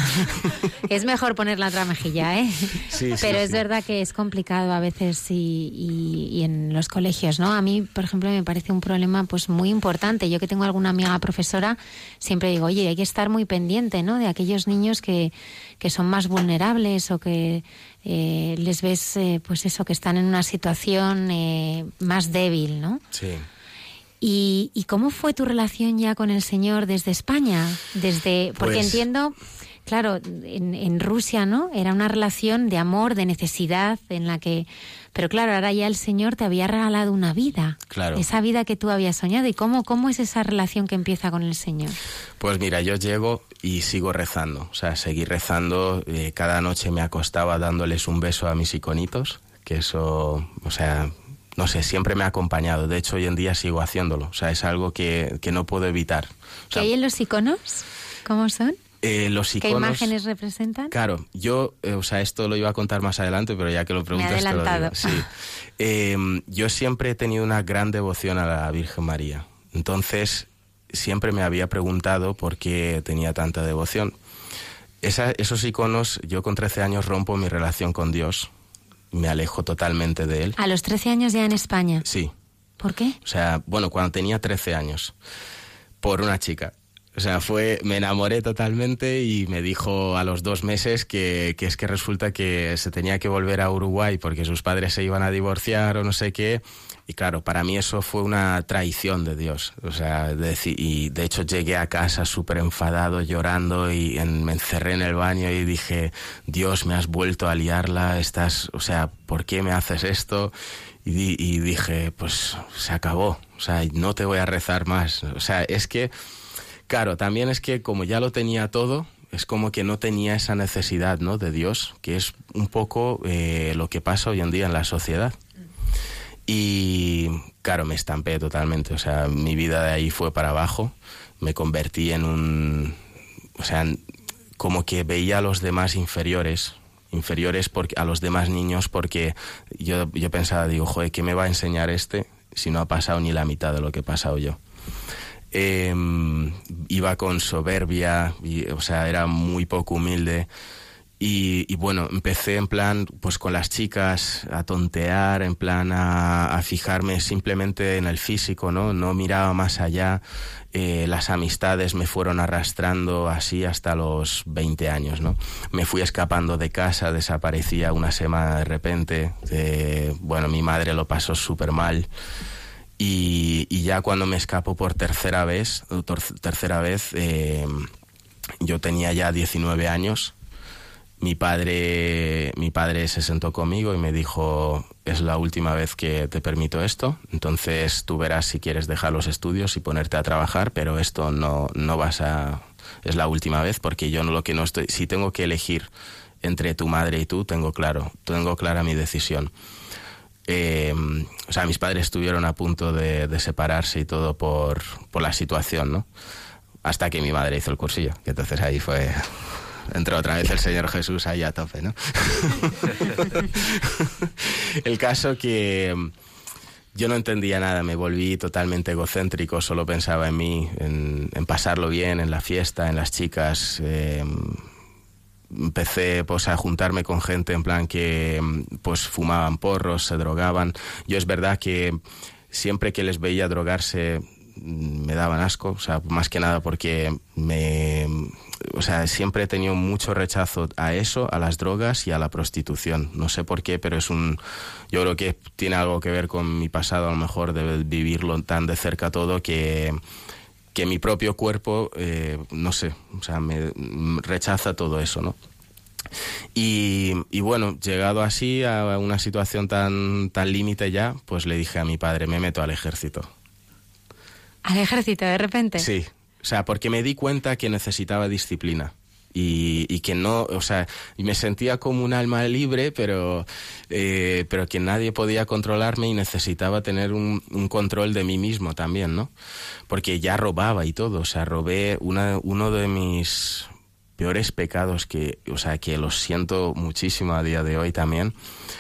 es mejor poner la otra mejilla, ¿eh? Sí, sí, pero es sí. verdad que es complicado a veces y, y, y en los colegios, ¿no? A mí, por ejemplo, me parece un problema pues muy importante. Yo que tengo alguna amiga profesora, siempre digo, oye, hay que estar muy pendiente, ¿no? De aquellos niños que, que son más vulnerables o que eh, les ves, eh, pues eso, que están en una situación eh, más débil, ¿no? Sí. ¿Y, ¿Y cómo fue tu relación ya con el Señor desde España? Desde, porque Pues... entiendo, claro, en, en Rusia, ¿no? Era una relación de amor, de necesidad, en la que... Pero claro, ahora ya el Señor te había regalado una vida. Claro. Esa vida que tú habías soñado. ¿Y cómo, cómo es esa relación que empieza con el Señor? Pues mira, yo llego y sigo rezando. O sea, seguí rezando. Eh, cada noche me acostaba dándoles un beso a mis iconitos, que eso, o sea... No sé, siempre me ha acompañado. De hecho, hoy en día sigo haciéndolo. O sea, es algo que, que no puedo evitar. O ¿Qué sea, hay en los iconos? ¿Cómo son? Eh, los iconos... ¿Qué imágenes representan? Claro, yo, eh, o sea, esto lo iba a contar más adelante, pero ya que lo preguntas Me he te lo digo. adelantado. Sí. Eh, yo siempre he tenido una gran devoción a la Virgen María. Entonces, siempre me había preguntado por qué tenía tanta devoción. Esa, esos iconos, yo con trece años rompo mi relación con Dios. Me alejo totalmente de él. ¿A los trece años ya en España? Sí. ¿Por qué? O sea, bueno, cuando tenía trece años, por una chica. O sea, fue, me enamoré totalmente y me dijo a los dos meses que, que es que resulta que se tenía que volver a Uruguay porque sus padres se iban a divorciar o no sé qué. Y claro, para mí eso fue una traición de Dios. O sea, de, y de hecho llegué a casa súper enfadado, llorando, y en, me encerré en el baño y dije, Dios, me has vuelto a liarla, estás, o sea, ¿por qué me haces esto? Y, di, y dije, pues se acabó, o sea, no te voy a rezar más. O sea, es que, claro, también es que como ya lo tenía todo, es como que no tenía esa necesidad, ¿no?, de Dios, que es un poco eh, lo que pasa hoy en día en la sociedad. Y claro, me estampé totalmente, o sea, mi vida de ahí fue para abajo, me convertí en un, o sea, como que veía a los demás inferiores, inferiores porque, a los demás niños, porque yo, yo pensaba, digo, joder, ¿qué me va a enseñar este si no ha pasado ni la mitad de lo que he pasado yo? Eh, iba con soberbia, y, o sea, era muy poco humilde. Y, y bueno, empecé en plan, pues con las chicas a tontear, en plan a, a fijarme simplemente en el físico, ¿no? No miraba más allá. Eh, las amistades me fueron arrastrando así hasta los veinte años, ¿no? Me fui escapando de casa, desaparecía una semana de repente. Eh, bueno, mi madre lo pasó súper mal. Y, y ya cuando me escapo por tercera vez, ter, tercera vez, eh, yo tenía ya diecinueve años. Mi padre, mi padre se sentó conmigo y me dijo, es la última vez que te permito esto, entonces tú verás si quieres dejar los estudios y ponerte a trabajar, pero esto no, no vas a... es la última vez, porque yo no lo que no estoy... Si tengo que elegir entre tu madre y tú, tengo claro, tengo clara mi decisión. Eh, o sea, mis padres estuvieron a punto de, de separarse y todo por, por la situación, ¿no? Hasta que mi madre hizo el cursillo, que entonces ahí fue... entró otra vez el Señor Jesús ahí a tope, ¿no? El caso que yo no entendía nada, me volví totalmente egocéntrico, solo pensaba en mí, en, en pasarlo bien, en la fiesta, en las chicas. Eh, empecé pues a juntarme con gente en plan que pues fumaban porros, se drogaban. Yo es verdad que siempre que les veía drogarse me daban asco, o sea, más que nada porque me... O sea, siempre he tenido mucho rechazo a eso, a las drogas y a la prostitución. No sé por qué, pero es un... Yo creo que tiene algo que ver con mi pasado, a lo mejor, de vivirlo tan de cerca todo, que, que mi propio cuerpo, eh, no sé, o sea, me rechaza todo eso, ¿no? Y, y bueno, llegado así a una situación tan, tan límite ya, pues le dije a mi padre, me meto al ejército. ¿Al ejército de repente? Sí. O sea, porque me di cuenta que necesitaba disciplina y, y que no, o sea, me sentía como un alma libre, pero, eh, pero que nadie podía controlarme y necesitaba tener un, un control de mí mismo también, ¿no? Porque ya robaba y todo, o sea, robé una, uno de mis peores pecados que, o sea, que los siento muchísimo a día de hoy también.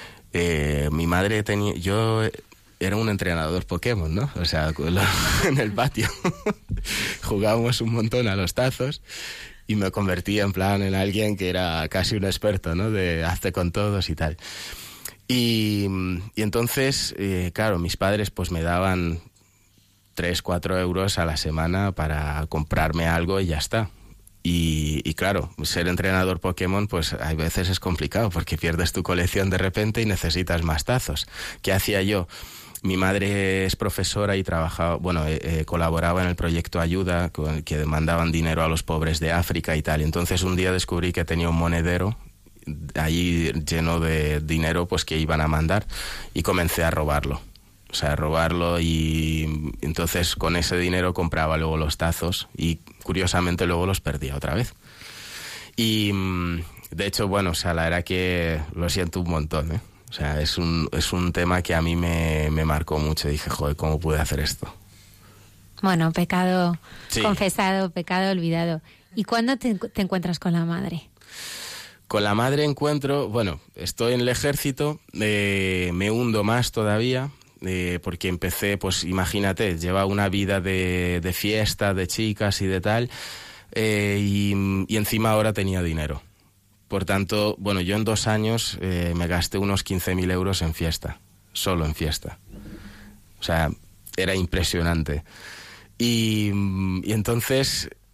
Eh, mi madre tenía, yo... Era un entrenador Pokémon, ¿no? O sea, en el patio jugábamos un montón a los tazos y me convertí en plan en alguien que era casi un experto, ¿no? De hazte con todos y tal. Y, y entonces, eh, claro, mis padres pues me daban tres, cuatro euros a la semana para comprarme algo y ya está. Y, y claro, ser entrenador Pokémon pues hay veces es complicado porque pierdes tu colección de repente y necesitas más tazos. ¿Qué hacía yo? Mi madre es profesora y trabajaba, bueno, eh, eh, colaboraba en el proyecto Ayuda, con el que mandaban dinero a los pobres de África y tal. Entonces un día descubrí que tenía un monedero allí lleno de dinero pues que iban a mandar y comencé a robarlo. O sea, a robarlo y entonces con ese dinero compraba luego los tazos y curiosamente luego los perdía otra vez. Y de hecho, bueno, o sea, la verdad que lo siento un montón, ¿eh? O sea, es un, es un tema que a mí me, me marcó mucho. Dije, joder, ¿cómo pude hacer esto? Bueno, pecado sí. confesado, pecado olvidado. ¿Y cuándo te, te encuentras con la madre? Con la madre encuentro, bueno, estoy en el ejército, eh, me hundo más todavía, eh, porque empecé, pues imagínate, lleva una vida de, de fiesta, de chicas y de tal, eh, y, y encima ahora tenía dinero. Por tanto, bueno, yo en dos años eh, me gasté unos quince mil euros en fiesta, solo en fiesta. O sea, era impresionante. Y, y entonces,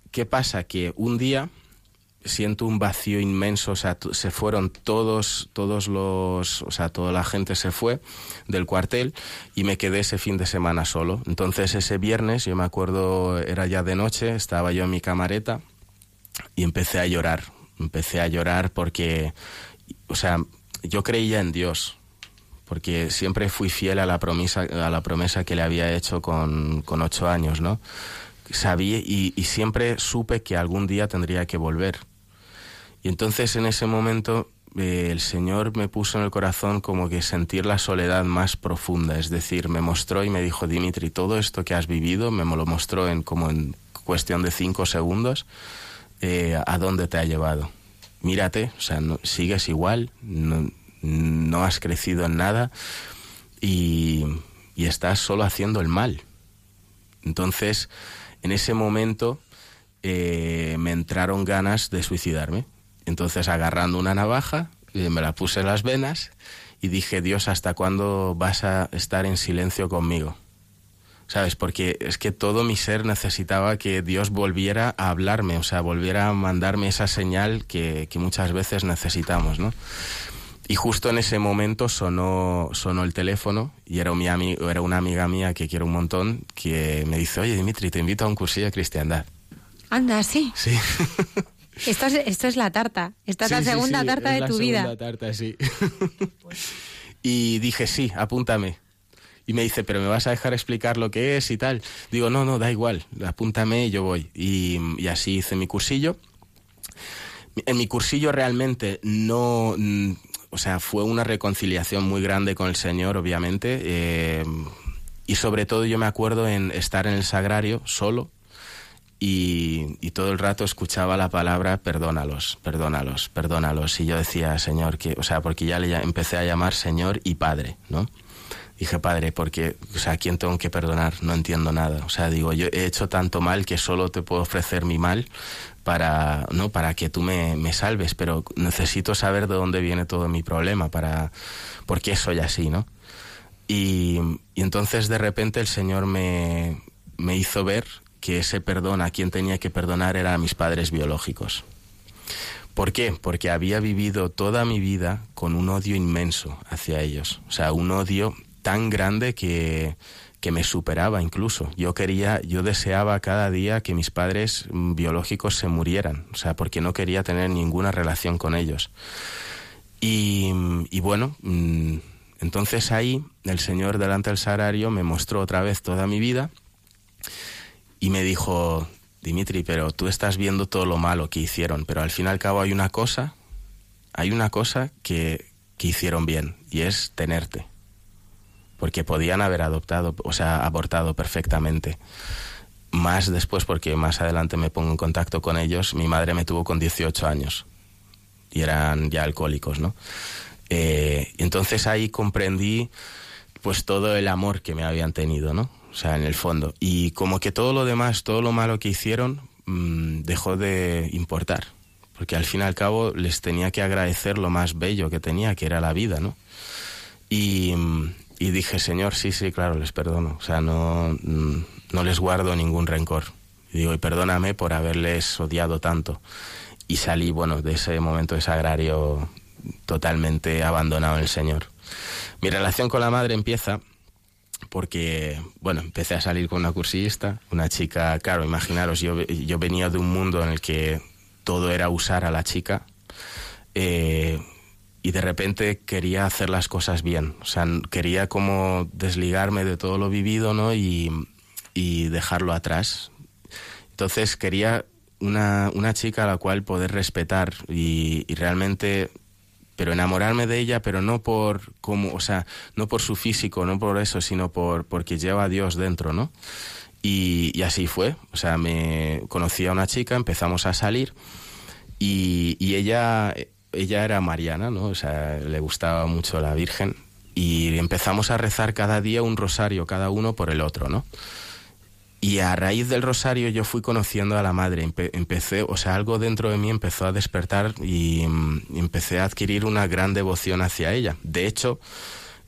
¿qué pasa? Que un día siento un vacío inmenso, o sea, t- se fueron todos, todos los, o sea, toda la gente se fue del cuartel y me quedé ese fin de semana solo. Entonces ese viernes, yo me acuerdo, era ya de noche, estaba yo en mi camareta y empecé a llorar, empecé a llorar porque, o sea, yo creía en Dios, porque siempre fui fiel a la promesa, a la promesa que le había hecho con, con ocho años, ¿no? Sabía y, y siempre supe que algún día tendría que volver. Y entonces en ese momento eh, el Señor me puso en el corazón como que sentir la soledad más profunda. Es decir, me mostró y me dijo: Dimitri, todo esto que has vivido, me lo mostró en como en cuestión de cinco segundos, eh, a dónde te ha llevado. Mírate, o sea, no, sigues igual, no, no has crecido en nada y, y estás solo haciendo el mal. Entonces, en ese momento eh, me entraron ganas de suicidarme. Entonces, agarrando una navaja, eh, me la puse en las venas y dije: Dios, ¿hasta cuándo vas a estar en silencio conmigo? ¿Sabes? Porque es que todo mi ser necesitaba que Dios volviera a hablarme, o sea, volviera a mandarme esa señal que, que muchas veces necesitamos, ¿no? Y justo en ese momento sonó, sonó el teléfono y era, mi ami- era una amiga mía que quiero un montón, que me dice: oye, Dimitri, te invito a un cursillo de cristiandad. Anda, sí. Sí. Esto es, esto es la tarta. Esta es Sí, la sí, segunda sí, tarta es de tu la vida. segunda tarta, sí. Y dije: sí, apúntame. Y me dice: ¿pero me vas a dejar explicar lo que es y tal? Digo: no, no, da igual, apúntame y yo voy. Y, y así hice mi cursillo. En mi cursillo realmente no... O sea, fue una reconciliación muy grande con el Señor, obviamente. Eh, y sobre todo yo me acuerdo en estar en el sagrario solo y, y todo el rato escuchaba la palabra perdónalos, perdónalos, perdónalos. Y yo decía: Señor, que, o sea, porque ya le empecé a llamar Señor y Padre, ¿no? Dije: Padre, porque, o sea, ¿a quién tengo que perdonar? No entiendo nada. O sea, digo, yo he hecho tanto mal que solo te puedo ofrecer mi mal para, ¿no? para que tú me, me salves, pero necesito saber de dónde viene todo mi problema, para, por qué soy así, ¿no? Y, y entonces de repente el Señor me, me hizo ver que ese perdón a quien tenía que perdonar era a mis padres biológicos. ¿Por qué? Porque había vivido toda mi vida con un odio inmenso hacia ellos. O sea, un odio tan grande que, que me superaba incluso. Yo quería, yo deseaba cada día que mis padres biológicos se murieran. O sea, porque no quería tener ninguna relación con ellos. Y, y bueno, entonces ahí el Señor delante del sagrario me mostró otra vez toda mi vida y me dijo: Dimitri, pero tú estás viendo todo lo malo que hicieron, pero al fin y al cabo hay una cosa, hay una cosa que, que hicieron bien, y es tenerte. Porque podían haber adoptado, o sea, abortado perfectamente. Más después, porque más adelante me pongo en contacto con ellos, mi madre me tuvo con dieciocho años, y eran ya alcohólicos, ¿no? Eh, entonces ahí comprendí, pues, todo el amor que me habían tenido, ¿no? O sea, en el fondo. Y como que todo lo demás, todo lo malo que hicieron, mmm, dejó de importar. Porque al fin y al cabo les tenía que agradecer lo más bello que tenía, que era la vida, ¿no? Y, y dije: Señor, sí, sí, claro, les perdono. O sea, no, no les guardo ningún rencor. Y digo: y perdóname por haberles odiado tanto. Y salí, bueno, de ese momento de sagrario totalmente abandonado en el Señor. Mi relación con la madre empieza porque, bueno, empecé a salir con una cursillista, una chica, claro, imaginaros, yo, yo venía de un mundo en el que todo era usar a la chica, eh, y de repente quería hacer las cosas bien, o sea, quería como desligarme de todo lo vivido, ¿no? Y, y dejarlo atrás. Entonces quería una, una chica a la cual poder respetar y, y realmente... pero enamorarme de ella, pero no por como, o sea, no por su físico, no por eso, sino por porque lleva a Dios dentro, ¿no? Y, y así fue. O sea, me conocí a una chica, empezamos a salir y, y ella, ella era mariana, ¿no? O sea, le gustaba mucho la Virgen y empezamos a rezar cada día un rosario, cada uno por el otro, ¿no? Y a raíz del rosario yo fui conociendo a la madre, Empe- empecé, o sea, algo dentro de mí empezó a despertar y, y empecé a adquirir una gran devoción hacia ella. De hecho,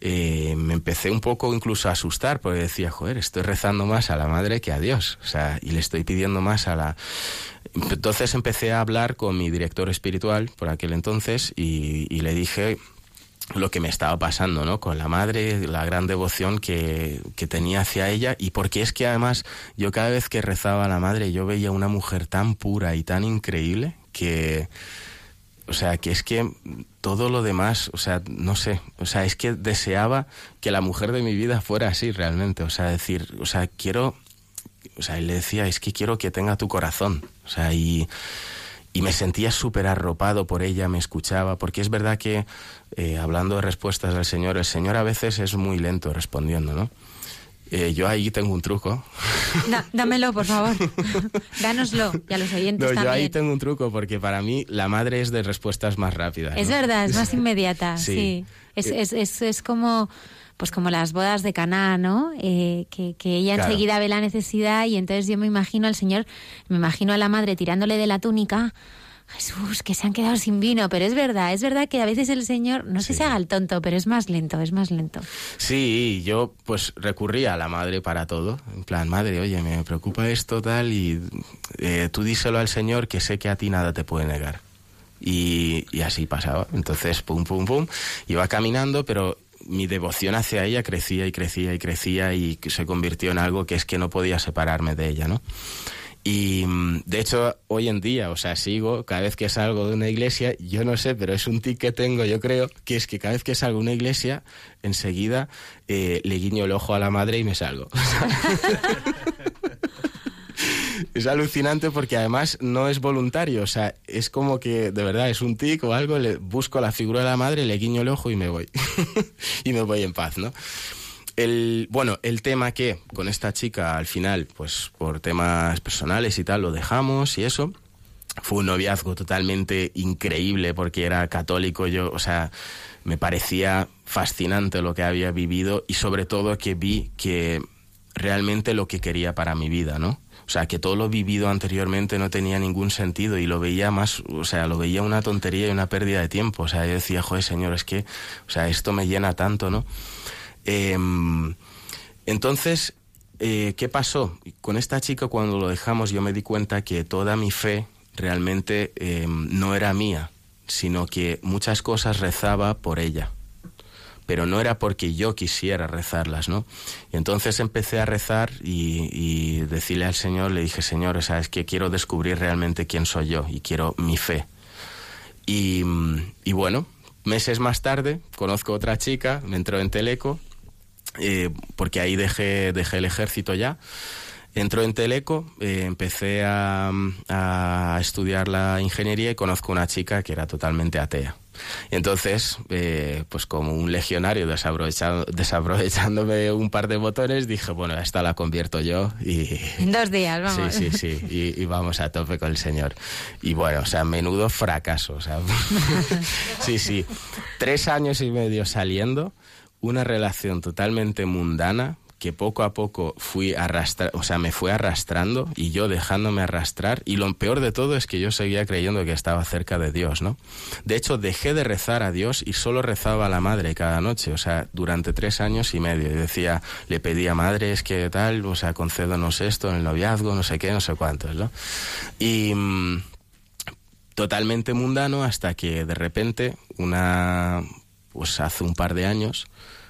eh, me empecé un poco incluso a asustar, porque decía, joder, estoy rezando más a la madre que a Dios, o sea, y le estoy pidiendo más a la... Entonces empecé a hablar con mi director espiritual por aquel entonces y, y le dije lo que me estaba pasando, ¿no? Con la madre, la gran devoción que, que tenía hacia ella, y porque es que además yo cada vez que rezaba a la madre yo veía una mujer tan pura y tan increíble que... O sea, que es que todo lo demás, o sea, no sé, o sea, es que deseaba que la mujer de mi vida fuera así realmente, o sea, decir, o sea, quiero, o sea, y le decía, es que quiero que tenga tu corazón, o sea, y, y me sentía súper arropado por ella, me escuchaba, porque es verdad que, eh, hablando de respuestas del Señor, el Señor a veces es muy lento respondiendo, ¿no? Eh, yo ahí tengo un truco. Da, dámelo, por favor. Dánoslo, y a los oyentes no, también. Yo ahí tengo un truco, porque para mí la madre es de respuestas más rápidas, Es ¿no? verdad, es más inmediata, sí. Sí. Es, es, es, es como... Pues como las bodas de Caná, ¿no? Eh, que, que ella Claro. enseguida ve la necesidad, y entonces yo me imagino al Señor, me imagino a la madre tirándole de la túnica. Jesús, que se han quedado sin vino. Pero es verdad, es verdad que a veces el Señor, no sé Sí. si haga el tonto, pero es más lento, es más lento. Sí, yo pues recurría a la madre para todo. En plan, madre, oye, me preocupa esto, tal, y eh, tú díselo al Señor, que sé que a ti nada te puede negar. Y, y así pasaba. Entonces, pum, pum, pum, iba caminando, pero mi devoción hacia ella crecía y crecía y crecía, y se convirtió en algo que es que no podía separarme de ella, ¿no? Y de hecho hoy en día, o sea, sigo, cada vez que salgo de una iglesia, yo no sé, pero es un tic que tengo, yo creo, que es que cada vez que salgo de una iglesia, enseguida eh, le guiño el ojo a la madre y me salgo. Es alucinante, porque además no es voluntario, o sea, es como que de verdad es un tic o algo, le busco la figura de la madre, le guiño el ojo y me voy. Y me voy en paz, ¿no? El, bueno, el tema que con esta chica al final, pues por temas personales y tal, lo dejamos y eso. Fue un noviazgo totalmente increíble, porque era católico, yo, o sea, me parecía fascinante lo que había vivido, y sobre todo que vi que realmente lo que quería para mi vida, ¿no? O sea, que todo lo vivido anteriormente no tenía ningún sentido, y lo veía más, o sea, lo veía una tontería y una pérdida de tiempo. O sea, yo decía, joder, Señor, es que, o sea, esto me llena tanto, ¿no? Eh, entonces, eh, ¿qué pasó? Con esta chica, cuando lo dejamos, yo me di cuenta que toda mi fe realmente eh, no era mía, sino que muchas cosas rezaba por ella, pero no era porque yo quisiera rezarlas, ¿no? Y entonces empecé a rezar y, y decirle al Señor, le dije, Señor, o sea, es que quiero descubrir realmente quién soy yo, y quiero mi fe. Y, y bueno, meses más tarde conozco a otra chica, me entró en Teleco, eh, porque ahí dejé, dejé el ejército ya. Entró en Teleco, eh, empecé a, a estudiar la ingeniería, y conozco una chica que era totalmente atea. Y entonces, eh, pues como un legionario desaprovechando, desaprovechándome un par de botones, dije, bueno, esta la convierto yo y... En dos días, vamos. Sí, sí, sí, y, y vamos a tope con el Señor. Y bueno, o sea, menudo fracaso, o sea... Sí, sí, tres años y medio saliendo, una relación totalmente mundana, que poco a poco fui arrastra, o sea, me fue arrastrando, y yo dejándome arrastrar, y lo peor de todo es que yo seguía creyendo que estaba cerca de Dios, ¿no? De hecho, dejé de rezar a Dios y solo rezaba a la madre cada noche, o sea, durante tres años y medio. Y decía, le pedía, madre, es que tal, o sea, concédonos esto en el noviazgo, no sé qué, no sé cuántos, ¿no? Y mmm, totalmente mundano, hasta que de repente, una, pues hace un par de años,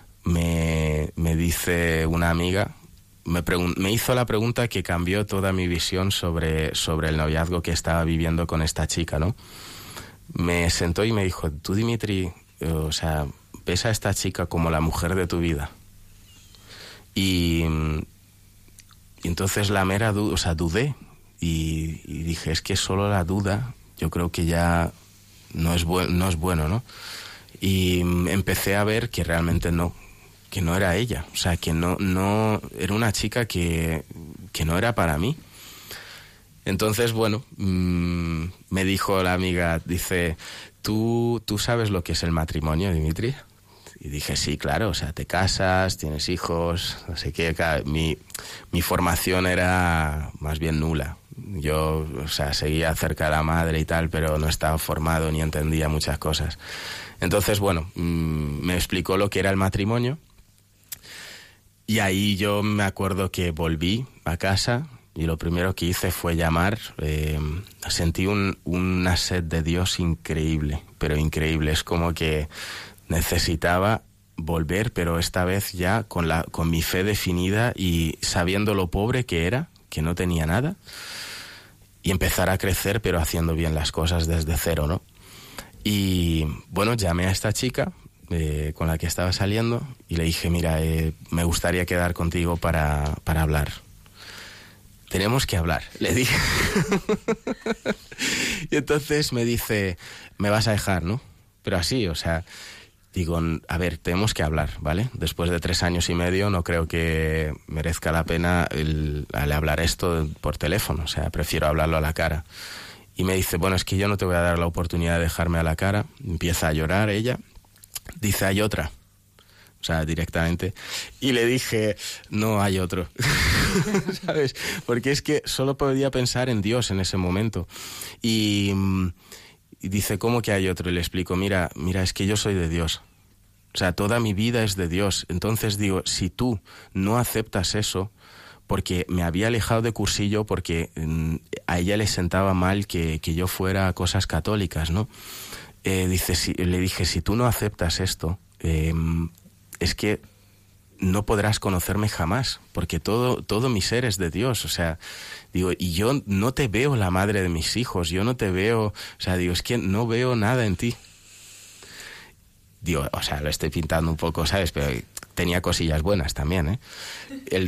Me, me dice una amiga, me, pregun- me hizo la pregunta que cambió toda mi visión sobre, sobre el noviazgo que estaba viviendo con esta chica, ¿no? Me sentó y me dijo, tú, Dimitri, o sea, ves a esta chica como la mujer de tu vida. Y, y entonces la mera duda, o sea, dudé, y, y dije, es que solo la duda, yo creo que ya no es, bu- no es bueno, ¿no? Y empecé a ver que realmente no, que no era ella, o sea, que no, no era una chica que, que no era para mí. Entonces, bueno, mmm, me dijo la amiga, dice, ¿tú, ¿tú sabes lo que es el matrimonio, Dimitri? Y dije, sí, claro, o sea, te casas, tienes hijos, no sé qué. Mi, mi formación era más bien nula. Yo, o sea, seguía cerca de la madre y tal, pero no estaba formado ni entendía muchas cosas. Entonces, bueno, mmm, me explicó lo que era el matrimonio. Y ahí yo me acuerdo que volví a casa y lo primero que hice fue llamar. Eh, sentí un, una sed de Dios increíble, pero increíble. Es como que necesitaba volver, pero esta vez ya con, la, con mi fe definida y sabiendo lo pobre que era, que no tenía nada, y empezar a crecer, pero haciendo bien las cosas desde cero, ¿no? Y bueno, llamé a esta chica eh, con la que estaba saliendo y le dije, mira, eh, me gustaría quedar contigo para, para hablar. Tenemos que hablar, le dije. Y entonces me dice, me vas a dejar, ¿no? Pero así, o sea, digo, a ver, tenemos que hablar, ¿vale? Después de tres años y medio no creo que merezca la pena el, el hablar esto por teléfono, o sea, prefiero hablarlo a la cara. Y me dice, bueno, es que yo no te voy a dar la oportunidad de dejarme a la cara. Empieza a llorar ella. Dice, hay otra. O sea, directamente. Y le dije, no hay otro. ¿Sabes? Porque es que solo podía pensar en Dios en ese momento. Y, y dice, ¿cómo que hay otro? Y le explico, mira, mira, es que yo soy de Dios. O sea, toda mi vida es de Dios. Entonces digo, si tú no aceptas eso, porque me había alejado de cursillo porque mm, a ella le sentaba mal que, que yo fuera a cosas católicas, ¿no? Eh, dice, si, le dije, si tú no aceptas esto, eh, es que no podrás conocerme jamás, porque todo, todo mi ser es de Dios, o sea, digo, y yo no te veo la madre de mis hijos, yo no te veo, o sea, digo, es que no veo nada en ti. Digo, o sea, lo estoy pintando un poco, ¿sabes? Pero tenía cosillas buenas también, ¿eh? El,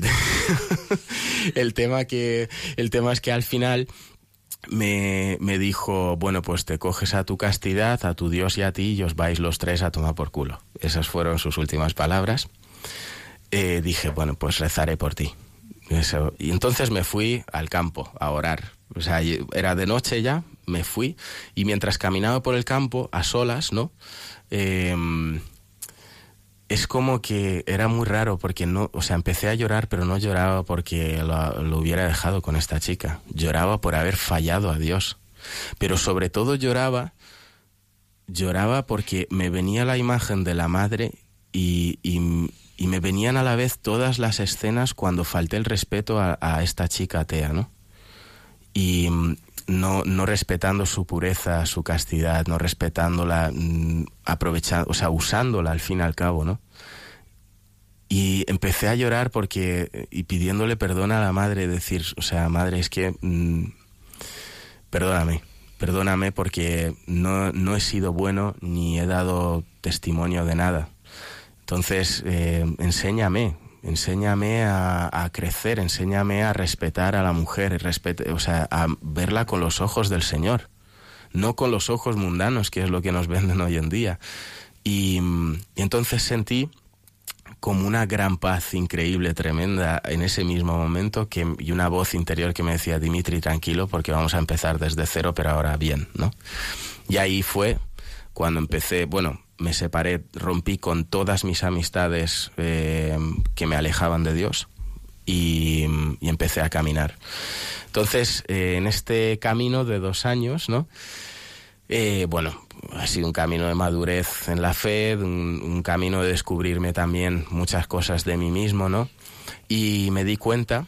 el, tema, que, el tema es que al final me, me dijo, bueno, pues te coges a tu castidad, a tu Dios y a ti, y os vais los tres a tomar por culo. Esas fueron sus últimas palabras. Eh, dije, bueno, pues rezaré por ti. Eso. Y entonces me fui al campo a orar. O sea, era de noche ya, me fui, y mientras caminaba por el campo, a solas, ¿no? Eh, es como que era muy raro porque no, o sea, empecé a llorar, pero no lloraba porque lo, lo hubiera dejado con esta chica. Lloraba por haber fallado a Dios. Pero sobre todo lloraba, lloraba porque me venía la imagen de la madre y, y, y me venían a la vez todas las escenas cuando falté el respeto a, a esta chica atea, ¿no? Y no, no respetando su pureza, su castidad, no respetándola, aprovechando, o sea, usándola al fin y al cabo, ¿no? Y empecé a llorar porque, y pidiéndole perdón a la madre, decir, o sea, madre, es que, mmm, perdóname, perdóname porque no, no he sido bueno ni he dado testimonio de nada. Entonces, eh, enséñame, enséñame a, a crecer, enséñame a respetar a la mujer, respete, o sea, a verla con los ojos del Señor, no con los ojos mundanos, que es lo que nos venden hoy en día. Y, y entonces sentí como una gran paz increíble, tremenda, en ese mismo momento, que, y una voz interior que me decía, Dimitri, tranquilo, porque vamos a empezar desde cero, pero ahora bien, ¿no? Y ahí fue cuando empecé, bueno, me separé, rompí con todas mis amistades eh, que me alejaban de Dios y, y empecé a caminar. Entonces, eh, en este camino de dos años, ¿no? Eh, bueno, ha sido un camino de madurez en la fe, un, un camino de descubrirme también muchas cosas de mí mismo, ¿no? Y me di cuenta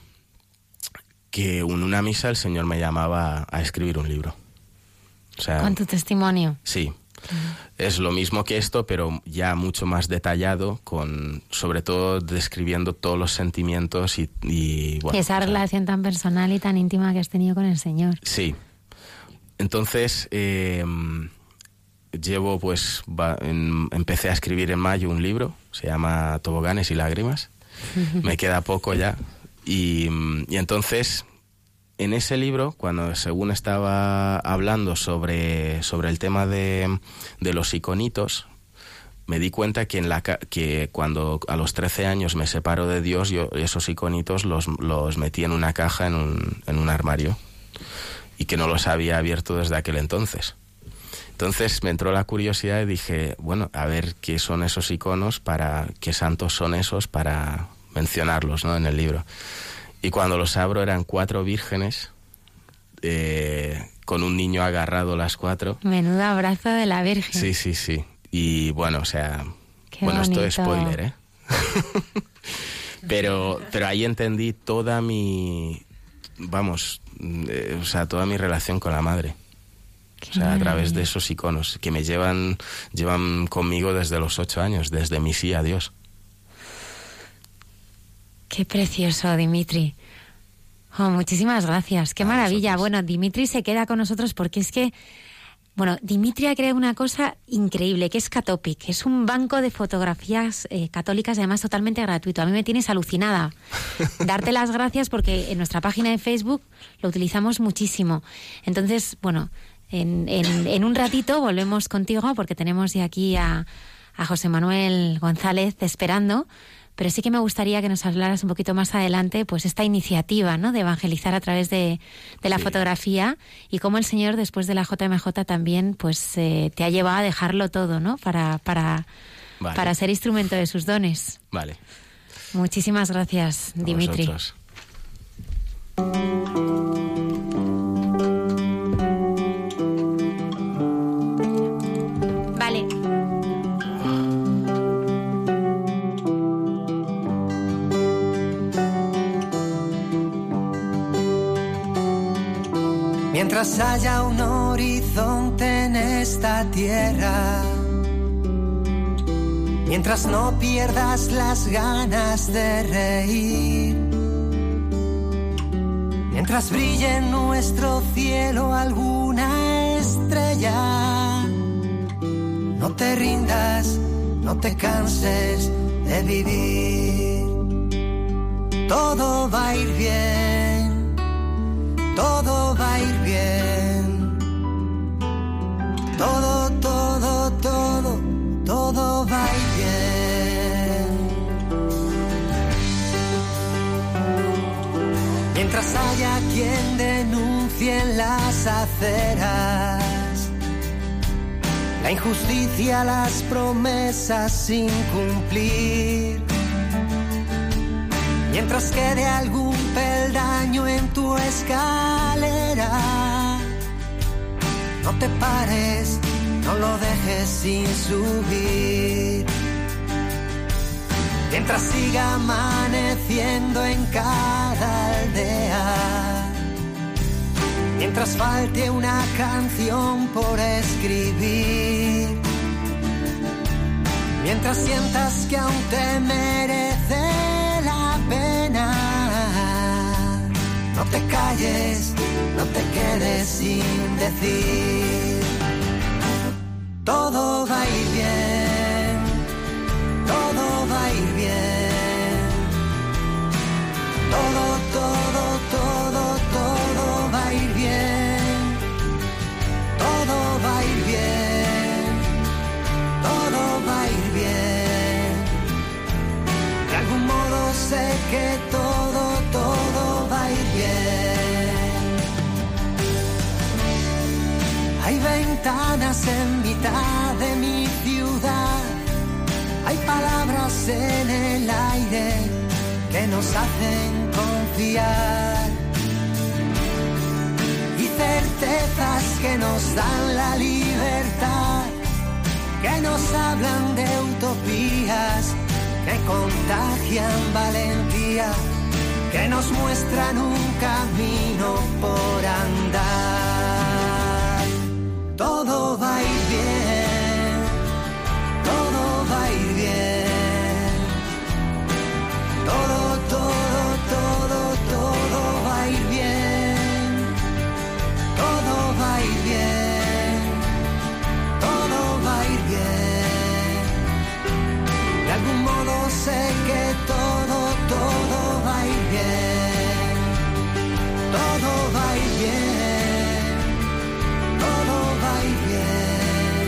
que en una misa el Señor me llamaba a escribir un libro. O sea, ¿con tu testimonio? Sí. Es lo mismo que esto, pero ya mucho más detallado, con sobre todo describiendo todos los sentimientos y... y bueno, esa relación o sea, tan personal y tan íntima que has tenido con el Señor. Sí. Entonces, eh, llevo pues... Va, en, empecé a escribir en mayo un libro, se llama Toboganes y lágrimas. Me queda poco ya. Y, y entonces... En ese libro, cuando según estaba hablando sobre, sobre el tema de, de los iconitos, me di cuenta que, en la, que cuando a los trece años me separo de Dios, yo esos iconitos los, los metí en una caja, en un, en un armario, y que no los había abierto desde aquel entonces. Entonces me entró la curiosidad y dije, bueno, a ver qué son esos iconos, para qué santos son esos, para mencionarlos, ¿no?, en el libro. Y cuando los abro eran cuatro vírgenes eh, con un niño agarrado las cuatro. Menudo abrazo de la Virgen. Sí, sí, sí. Y bueno, o sea... Qué bueno, bonito. esto es spoiler, ¿eh? pero, pero ahí entendí toda mi... Vamos, eh, o sea, toda mi relación con la madre. Qué o sea, maravilla. a través de esos iconos que me llevan, llevan conmigo desde los ocho años, desde mi sí a Dios. Qué precioso, Dimitri. Oh, muchísimas gracias. Qué A maravilla. vosotros. Bueno, Dimitri se queda con nosotros porque es que... Bueno, Dimitri ha creado una cosa increíble, que es Catopic. Es un banco de fotografías eh, católicas, además totalmente gratuito. A mí me tienes alucinada. Darte las gracias porque en nuestra página de Facebook lo utilizamos muchísimo. Entonces, bueno, en, en, en un ratito volvemos contigo porque tenemos ya aquí a, a José Manuel González esperando. Pero sí que me gustaría que nos hablaras un poquito más adelante, pues esta iniciativa, ¿no?, de evangelizar a través de, de la Sí. fotografía y cómo el Señor, después de la J M J, también, pues eh, te ha llevado a dejarlo todo, ¿no?, para para Vale. para ser instrumento de sus dones. Vale. Muchísimas gracias, A Dimitri. vosotros. Vale. Mientras haya un horizonte en esta tierra, mientras no pierdas las ganas de reír, mientras brille en nuestro cielo alguna estrella, no te rindas, no te canses de vivir. Todo va a ir bien, todo va a ir bien. Todo, todo, todo, todo va a ir bien. Mientras haya quien denuncie en las aceras la injusticia, las promesas sin cumplir, mientras quede algún peldaño en tu escalera, no te pares, no lo dejes sin subir. Mientras siga amaneciendo en cada aldea, mientras falte una canción por escribir, mientras sientas que aún te merece la pena, no te calles, no te quedes sin decir. Todo va a ir bien, todo va a ir bien. Todo, todo, todo, todo va a ir bien. Todo va a ir bien, todo va a ir bien. De algún modo sé que todo, todo va a ir bien. Hay ventanas en mitad de mi ciudad, hay palabras en el aire que nos hacen confiar y certezas que nos dan la libertad, que nos hablan de utopías, que contagian valentía, que nos muestran un camino por andar. Todo va a ir bien, todo va a ir bien. Todo, todo, todo, todo va a ir bien. Todo va a ir bien, todo va a ir bien. De algún modo sé que todo, todo va a ir bien. Todo va a ir bien, todo va a ir bien.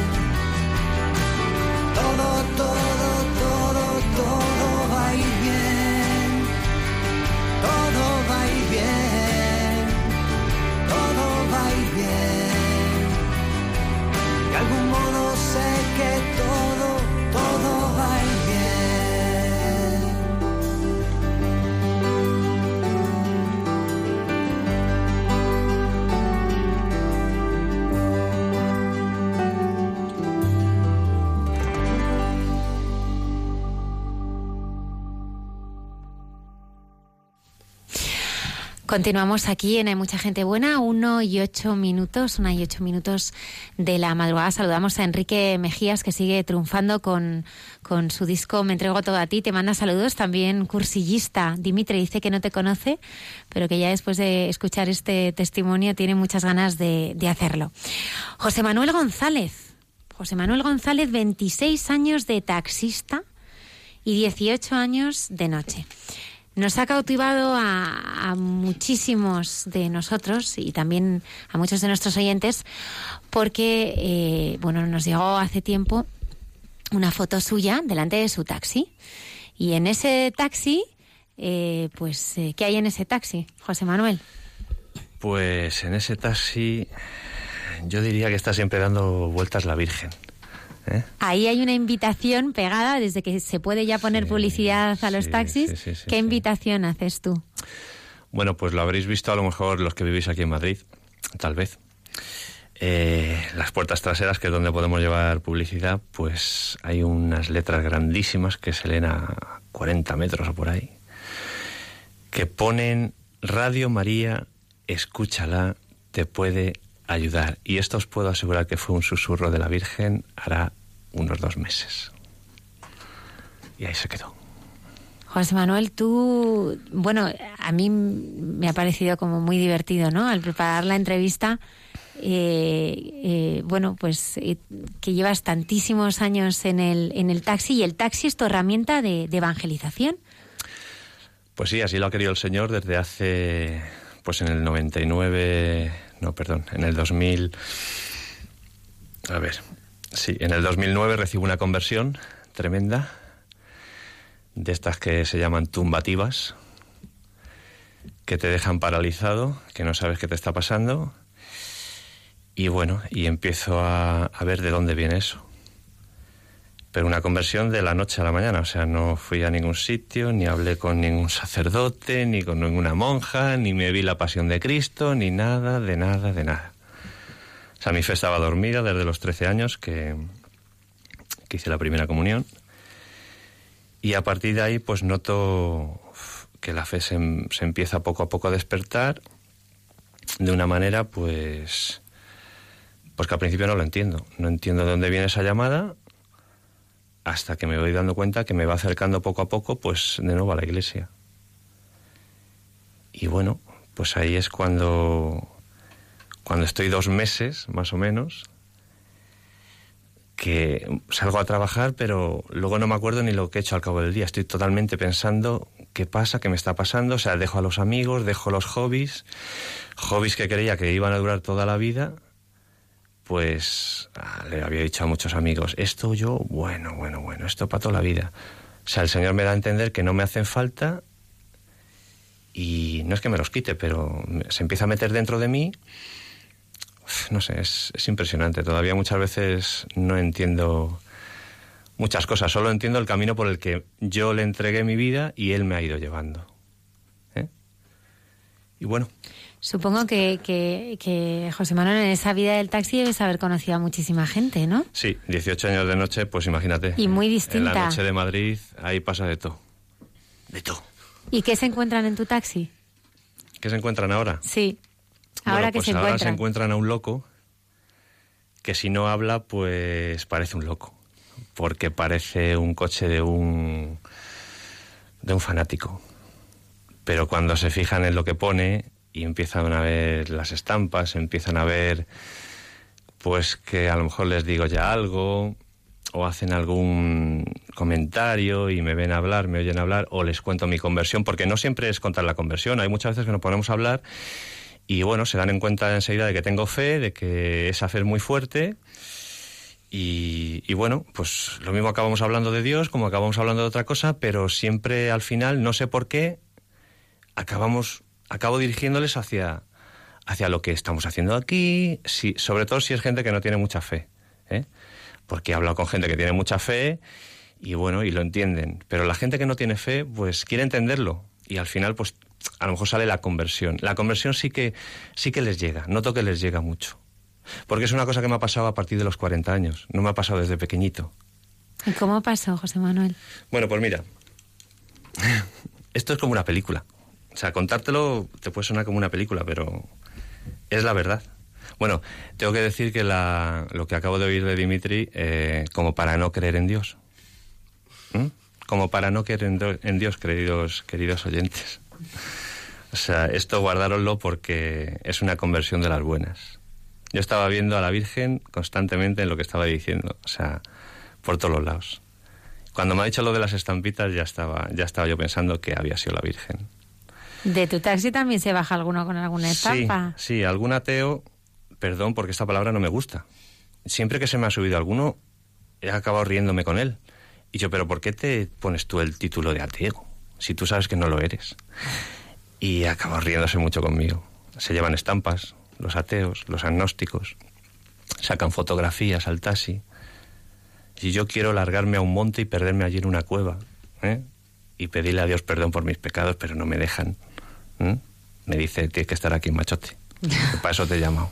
Todo, todo, todo, todo va a ir bien. Todo va a ir bien, todo va a ir bien. De algún modo sé que todo, todo va a ir bien. Continuamos aquí en Hay Mucha Gente Buena, uno y ocho minutos, una y ocho minutos de la madrugada. Saludamos a Enrique Mejías, que sigue triunfando con, con su disco Me entrego todo a ti. Te manda saludos. También cursillista Dimitri dice que no te conoce, pero que ya después de escuchar este testimonio tiene muchas ganas de, de hacerlo. José Manuel González. José Manuel González, veintiséis años de taxista y dieciocho años de noche. Nos ha cautivado a, a muchísimos de nosotros y también a muchos de nuestros oyentes porque, eh, bueno, nos llegó hace tiempo una foto suya delante de su taxi. Y en ese taxi, eh, pues, eh, ¿qué hay en ese taxi, José Manuel? Pues en ese taxi yo diría que está siempre dando vueltas la Virgen. ¿Eh? Ahí hay una invitación pegada desde que se puede ya poner sí, publicidad a los sí, taxis. Sí, sí, sí, ¿Qué sí. invitación haces tú? Bueno, pues lo habréis visto a lo mejor los que vivís aquí en Madrid, tal vez. Eh, las puertas traseras, que es donde podemos llevar publicidad, pues hay unas letras grandísimas que se leen a cuarenta metros o por ahí, que ponen Radio María, escúchala, te puede ayudar. Y esto os puedo asegurar que fue un susurro de la Virgen hará unos dos meses. Y ahí se quedó. José Manuel, tú, bueno, a mí me ha parecido como muy divertido, ¿no? Al preparar la entrevista, eh, eh, bueno, pues eh, que llevas tantísimos años en el, en el taxi, y el taxi es tu herramienta de, de evangelización. Pues sí, así lo ha querido el Señor desde hace, pues en el noventa y nueve... No, perdón, en el dos mil... A ver, sí, en el dos mil nueve recibo una conversión tremenda, de estas que se llaman tumbativas, que te dejan paralizado, que no sabes qué te está pasando, y bueno, y empiezo a, a ver de dónde viene eso. Pero una conversión de la noche a la mañana, o sea, no fui a ningún sitio, ni hablé con ningún sacerdote, ni con ninguna monja, ni me vi la pasión de Cristo, ni nada, de nada, de nada. O sea, mi fe estaba dormida desde los trece años que, que hice la primera comunión, y a partir de ahí pues noto que la fe se, se empieza poco a poco a despertar de una manera pues, pues que al principio no lo entiendo. No entiendo de dónde viene esa llamada, hasta que me voy dando cuenta que me va acercando poco a poco, pues, de nuevo a la iglesia. Y bueno, pues ahí es cuando, cuando estoy dos meses, más o menos, que salgo a trabajar, pero luego no me acuerdo ni lo que he hecho al cabo del día. Estoy totalmente pensando qué pasa, qué me está pasando. O sea, dejo a los amigos, dejo los hobbies, hobbies que creía que iban a durar toda la vida. Pues ah, le había dicho a muchos amigos, esto yo, bueno, bueno, bueno, esto para toda la vida. O sea, el Señor me da a entender que no me hacen falta, y no es que me los quite, pero se empieza a meter dentro de mí. Uf, no sé, es, es impresionante. Todavía muchas veces no entiendo muchas cosas, solo entiendo el camino por el que yo le entregué mi vida y Él me ha ido llevando. ¿Eh? Y bueno... Supongo que, que, que, José Manuel, en esa vida del taxi debes haber conocido a muchísima gente, ¿no? Sí, dieciocho años de noche, pues imagínate. Y muy distinta. En la noche de Madrid, ahí pasa de todo. De todo. ¿Y qué se encuentran en tu taxi? ¿Qué se encuentran ahora? Sí, ahora bueno, que pues se ahora encuentran. se encuentran a un loco que si no habla, pues parece un loco. Porque parece un coche de un, de un fanático. Pero cuando se fijan en lo que pone... y empiezan a ver las estampas, empiezan a ver pues que a lo mejor les digo ya algo, o hacen algún comentario y me ven hablar, me oyen hablar, o les cuento mi conversión, porque no siempre es contar la conversión. Hay muchas veces que nos ponemos a hablar y bueno, se dan en cuenta enseguida de que tengo fe, de que esa fe es muy fuerte, y, y bueno, pues lo mismo acabamos hablando de Dios como acabamos hablando de otra cosa, pero siempre al final, no sé por qué, acabamos... acabo dirigiéndoles hacia, hacia lo que estamos haciendo aquí, si, sobre todo si es gente que no tiene mucha fe, ¿eh? Porque he hablado con gente que tiene mucha fe y bueno, y lo entienden. Pero la gente que no tiene fe, pues quiere entenderlo, y al final, pues a lo mejor sale la conversión. La conversión sí que, sí que les llega, noto que les llega mucho. Porque es una cosa que me ha pasado a partir de los cuarenta años, no me ha pasado desde pequeñito. ¿Y cómo pasó, José Manuel? Bueno, pues mira, esto es como una película. O sea, contártelo te puede sonar como una película, pero es la verdad. Bueno, tengo que decir que la, lo que acabo de oír de Dimitri, eh, como para no creer en Dios. ¿Mm? Como para no creer en, do, en Dios, queridos, queridos oyentes. O sea, esto guardároslo porque es una conversión de las buenas. Yo estaba viendo a la Virgen constantemente en lo que estaba diciendo, o sea, por todos los lados. Cuando me ha dicho lo de las estampitas ya estaba, ya estaba yo pensando que había sido la Virgen. ¿De tu taxi también se baja alguno con alguna estampa? Sí, sí, algún ateo, perdón porque esta palabra no me gusta. Siempre que se me ha subido alguno, he acabado riéndome con él. Y yo, ¿pero por qué te pones tú el título de ateo? Si tú sabes que no lo eres. Y ha acabado riéndose mucho conmigo. Se llevan estampas, los ateos, los agnósticos. Sacan fotografías al taxi. Y yo quiero largarme a un monte y perderme allí en una cueva, ¿eh? Y pedirle a Dios perdón por mis pecados, pero no me dejan. ¿eh? Me dice, tienes que estar aquí, machote. Que para eso te he llamado.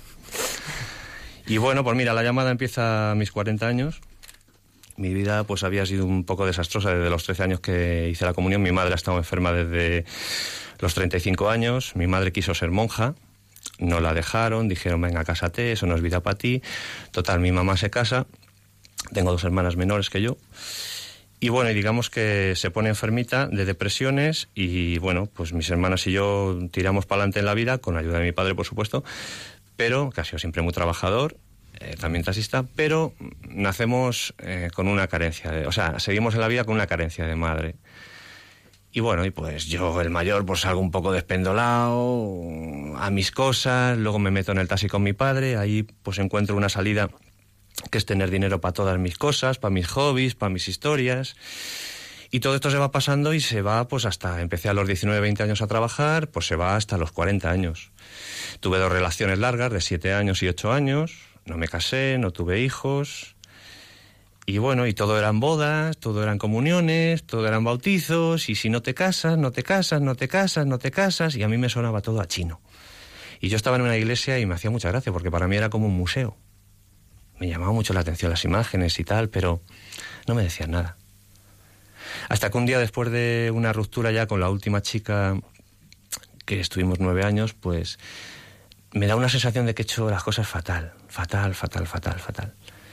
Y bueno, pues mira, la llamada empieza a mis cuarenta años. Mi vida pues había sido un poco desastrosa desde los trece años que hice la comunión. Mi madre ha estado enferma desde los treinta y cinco años. Mi madre quiso ser monja, no la dejaron, dijeron, venga, cásate, eso no es vida para ti. Total, mi mamá se casa, tengo dos hermanas menores que yo. Y bueno, y digamos que se pone enfermita de depresiones y bueno, pues mis hermanas y yo tiramos para adelante en la vida, con ayuda de mi padre, por supuesto, pero que ha sido siempre muy trabajador. Eh, también taxista, pero nacemos eh, con una carencia, de, o sea, seguimos en la vida con una carencia de madre. Y bueno, y pues yo, el mayor, pues salgo un poco despendolado a mis cosas, luego me meto en el taxi con mi padre, ahí pues encuentro una salida que es tener dinero para todas mis cosas, para mis hobbies, para mis historias. Y todo esto se va pasando y se va pues hasta, empecé a los diecinueve, veinte años a trabajar, pues se va hasta los cuarenta años. Tuve dos relaciones largas de siete años y ocho años. No me casé, no tuve hijos. Y bueno, y todo eran bodas, todo eran comuniones, todo eran bautizos. Y si no te casas, no te casas, no te casas, no te casas. Y a mí me sonaba todo a chino. Y yo estaba en una iglesia y me hacía mucha gracia porque para mí era como un museo. Me llamaba mucho la atención las imágenes y tal, pero no me decían nada. Hasta que un día, después de una ruptura ya con la última chica, que estuvimos nueve años, pues me da una sensación de que he hecho las cosas fatal, fatal, fatal, fatal, fatal.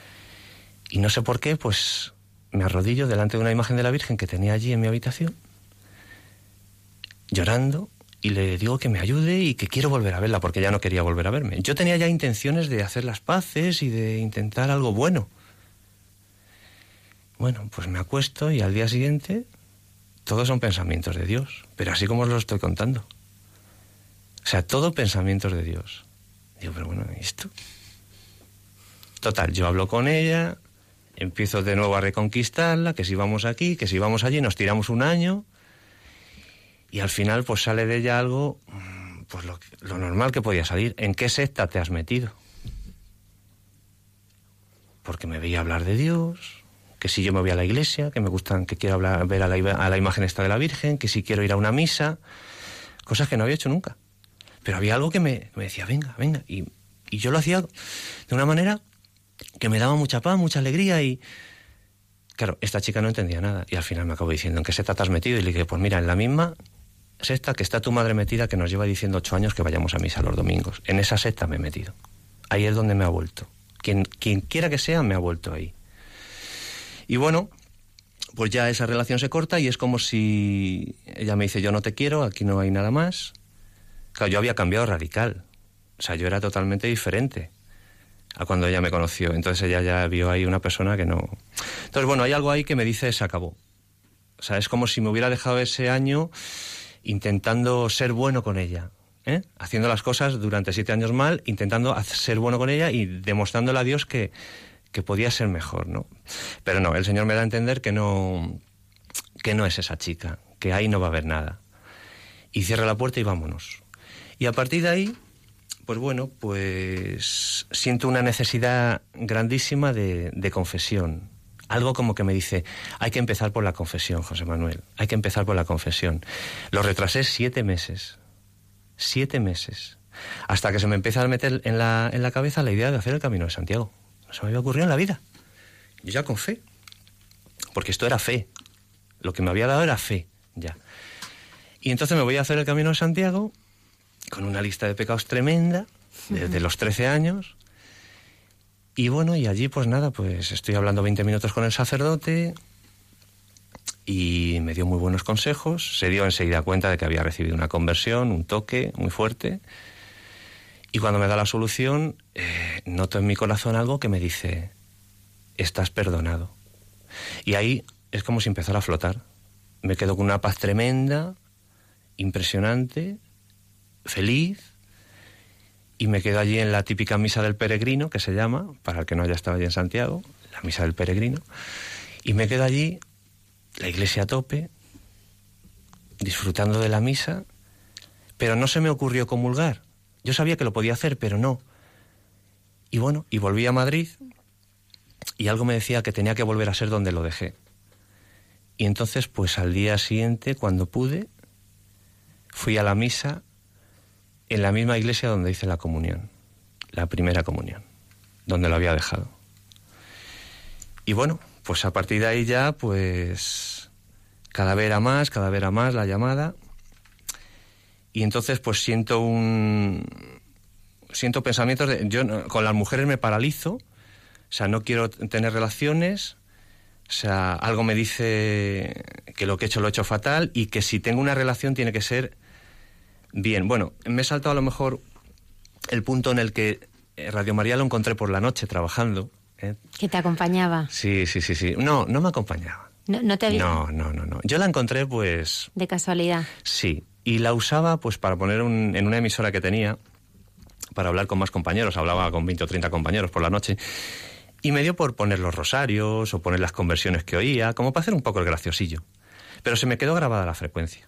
Y no sé por qué, pues me arrodillo delante de una imagen de la Virgen que tenía allí en mi habitación, llorando, y le digo que me ayude y que quiero volver a verla, porque ya no quería volver a verme. Yo tenía ya intenciones de hacer las paces y de intentar algo bueno. Bueno, pues me acuesto y al día siguiente todos son pensamientos de Dios, pero así como os lo estoy contando. O sea, todo pensamientos de Dios. Digo, pero bueno, ¿y esto? Total, yo hablo con ella, empiezo de nuevo a reconquistarla, que si vamos aquí, que si vamos allí, nos tiramos un año, y al final pues sale de ella algo, pues lo, lo normal que podía salir. ¿En qué secta te has metido? Porque me veía hablar de Dios, que si yo me voy a la iglesia, que me gustan, que quiero hablar, ver a la, a la imagen esta de la Virgen, que si quiero ir a una misa, cosas que no había hecho nunca. Pero había algo que me, me decía, venga, venga. Y, y yo lo hacía de una manera que me daba mucha paz, mucha alegría. Y claro, esta chica no entendía nada. Y al final me acabó diciendo, ¿en qué secta te has metido? Y le dije, pues mira, en la misma secta que está tu madre metida, que nos lleva diciendo ocho años que vayamos a misa los domingos. En esa secta me he metido. Ahí es donde me ha vuelto. Quien, quien quiera que sea, me ha vuelto ahí. Y bueno, pues ya esa relación se corta y es como si ella me dice, yo no te quiero, aquí no hay nada más. Claro, yo había cambiado radical. O sea, yo era totalmente diferente a cuando ella me conoció. Entonces ella ya vio ahí una persona que no... Entonces, bueno, hay algo ahí que me dice, se acabó. O sea, es como si me hubiera dejado ese año intentando ser bueno con ella, ¿eh? Haciendo las cosas durante siete años mal, intentando ser bueno con ella y demostrándole a Dios que, que podía ser mejor, ¿no? Pero no, el Señor me da a entender que no, que no es esa chica, que ahí no va a haber nada. Y cierra la puerta y vámonos. Y a partir de ahí, pues bueno, pues siento una necesidad grandísima de, de confesión. Algo como que me dice, hay que empezar por la confesión, José Manuel, hay que empezar por la confesión. Lo retrasé siete meses, siete meses, hasta que se me empieza a meter en la, en la cabeza la idea de hacer el Camino de Santiago. No se me había ocurrido en la vida. Yo ya con fe, porque esto era fe. Lo que me había dado era fe, ya. Y entonces me voy a hacer el Camino de Santiago con una lista de pecados tremenda, desde los trece años. Y bueno, y allí pues nada, pues estoy hablando veinte minutos con el sacerdote y me dio muy buenos consejos. Se dio enseguida cuenta de que había recibido una conversión, un toque muy fuerte. Y cuando me da la solución, eh, noto en mi corazón algo que me dice, estás perdonado. Y ahí es como si empezara a flotar. Me quedo con una paz tremenda, impresionante, feliz. Y me quedo allí en la típica misa del peregrino, que se llama, para el que no haya estado allí en Santiago, la misa del peregrino. Y me quedo allí, la iglesia a tope, disfrutando de la misa, pero no se me ocurrió comulgar. Yo sabía que lo podía hacer, pero no. Y bueno, y volví a Madrid, y algo me decía que tenía que volver a ser donde lo dejé. Y entonces, pues al día siguiente, cuando pude, fui a la misa en la misma iglesia donde hice la comunión, la primera comunión, donde lo había dejado. Y bueno, pues a partir de ahí ya, pues cada vez era más, cada vez era más la llamada. Y entonces pues siento un... siento pensamientos de... Yo con las mujeres me paralizo, o sea, no quiero tener relaciones, o sea, algo me dice que lo que he hecho lo he hecho fatal y que si tengo una relación tiene que ser... bien. Bueno, me he saltado a lo mejor el punto en el que Radio María lo encontré por la noche trabajando. ¿eh? ¿Que te acompañaba? Sí, sí, sí, sí. No, no me acompañaba. ¿No, no te había... No, no, no, no. Yo la encontré pues... de casualidad. Sí, y la usaba pues para poner un, en una emisora que tenía, para hablar con más compañeros. Hablaba con veinte o treinta compañeros por la noche. Y me dio por poner los rosarios o poner las conversiones que oía, como para hacer un poco el graciosillo. Pero se me quedó grabada la frecuencia.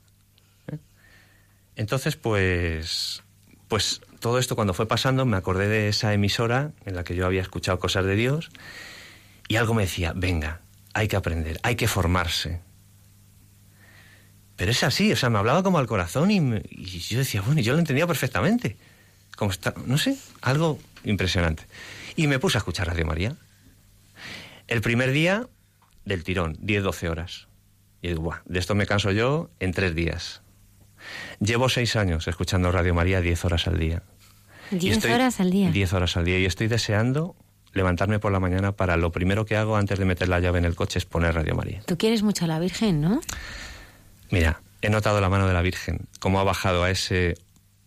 Entonces, pues, pues todo esto cuando fue pasando me acordé de esa emisora en la que yo había escuchado cosas de Dios y algo me decía, venga, hay que aprender, hay que formarse. Pero es así, o sea, me hablaba como al corazón y, me, y yo decía, bueno, yo lo entendía perfectamente. Como está, no sé, algo impresionante. Y me puse a escuchar Radio María. El primer día del tirón, diez doce horas. Y digo, buah, de esto me canso yo en tres días. Llevo seis años escuchando Radio María diez horas al día. ¿Diez horas al día? Diez horas al día. Y estoy deseando levantarme por la mañana para lo primero que hago antes de meter la llave en el coche es poner Radio María. Tú quieres mucho a la Virgen, ¿no? Mira, he notado la mano de la Virgen, cómo ha bajado a ese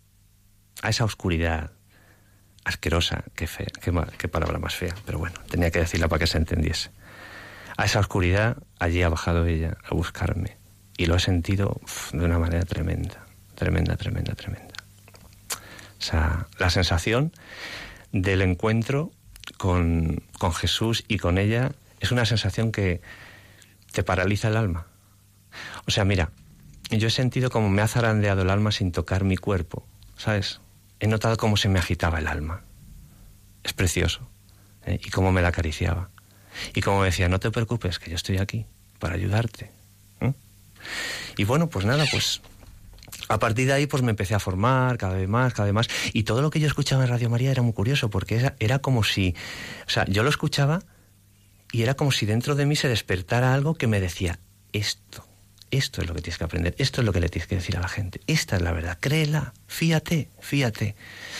a esa oscuridad asquerosa, qué fea, qué, qué palabra más fea, pero bueno, tenía que decirla para que se entendiese. A esa oscuridad, allí ha bajado ella a buscarme. Y lo he sentido uf, de una manera tremenda, tremenda, tremenda, tremenda. O sea, la sensación del encuentro con, con Jesús y con ella es una sensación que te paraliza el alma. O sea, mira, yo he sentido como me ha zarandeado el alma sin tocar mi cuerpo, ¿sabes? He notado cómo se me agitaba el alma. Es precioso. ¿eh? Y cómo me la acariciaba. Y cómo me decía, no te preocupes, que yo estoy aquí para ayudarte. ¿eh? Y bueno, pues nada, pues a partir de ahí pues me empecé a formar cada vez más, cada vez más. Y todo lo que yo escuchaba en Radio María era muy curioso, porque era, era como si... O sea, yo lo escuchaba y era como si dentro de mí se despertara algo que me decía, esto, esto es lo que tienes que aprender, esto es lo que le tienes que decir a la gente, esta es la verdad, créela, fíate, fíate.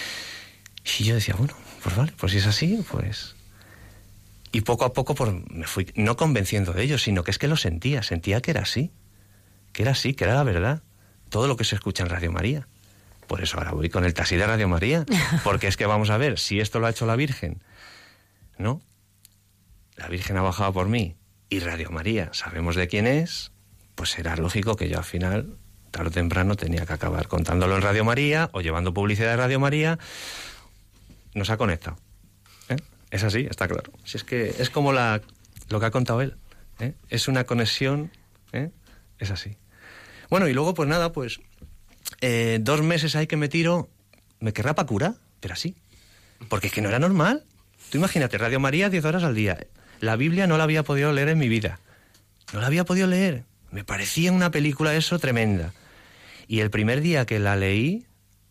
Y yo decía, bueno, pues vale, pues si es así, pues... Y poco a poco pues, me fui no convenciendo de ello, sino que es que lo sentía, sentía que era así, que era así, que era la verdad, todo lo que se escucha en Radio María. Por eso ahora voy con el taxi de Radio María, porque es que vamos a ver, si esto lo ha hecho la Virgen, ¿no? La Virgen ha bajado por mí y Radio María, sabemos de quién es, pues era lógico que yo al final, tarde o temprano, tenía que acabar contándolo en Radio María o llevando publicidad de Radio María. Nos ha conectado. ¿eh? Es así, está claro. Si es que es como la, lo que ha contado él. ¿eh? Es una conexión, ¿eh? es así. Bueno, y luego, pues nada, pues eh, dos meses ahí que me tiro, me querrá para cura, pero así. Porque es que no era normal. Tú imagínate, Radio María diez horas al día. La Biblia no la había podido leer en mi vida. No la había podido leer. Me parecía una película eso tremenda. Y el primer día que la leí,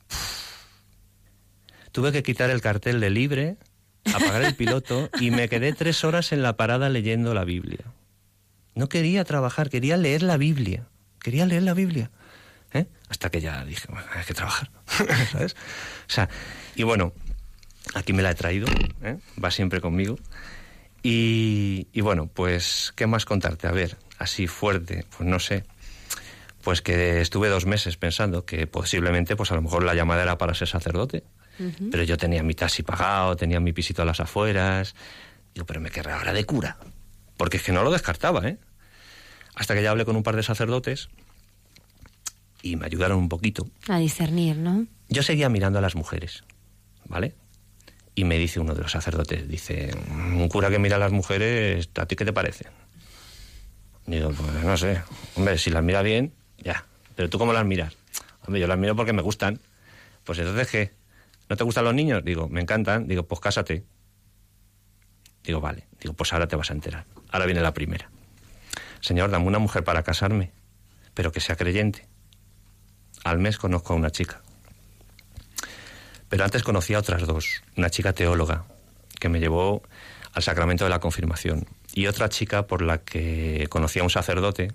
tuve que quitar el cartel de libre, apagar el piloto y me quedé tres horas en la parada leyendo la Biblia. No quería trabajar, quería leer la Biblia. Quería leer la Biblia. ¿eh? Hasta que ya dije, bueno, hay que trabajar, ¿sabes? O sea, y bueno, aquí me la he traído, ¿eh? Va siempre conmigo. Y, y bueno, pues, ¿qué más contarte? A ver, así fuerte, pues no sé. Pues que estuve dos meses pensando que posiblemente, pues a lo mejor la llamada era para ser sacerdote. Uh-huh. Pero yo tenía mi taxi pagado, tenía mi pisito a las afueras. Digo, pero me querré ahora de cura. Porque es que no lo descartaba, ¿eh? Hasta que ya hablé con un par de sacerdotes y me ayudaron un poquito. A discernir, ¿no? Yo seguía mirando a las mujeres, ¿vale? Y me dice uno de los sacerdotes, dice, un cura que mira a las mujeres, ¿a ti qué te parece? Digo, pues no sé. Hombre, si las mira bien, ya. Pero ¿tú cómo las miras? Hombre, yo las miro porque me gustan. Pues entonces, ¿qué? ¿No te gustan los niños? Digo, me encantan. Digo, pues cásate. Digo, vale. Digo, pues ahora te vas a enterar. Ahora viene la primera. Señor, dame una mujer para casarme, pero que sea creyente. Al mes conozco a una chica. Pero antes conocí a otras dos. Una chica teóloga, que me llevó al sacramento de la confirmación. Y otra chica por la que conocí a un sacerdote.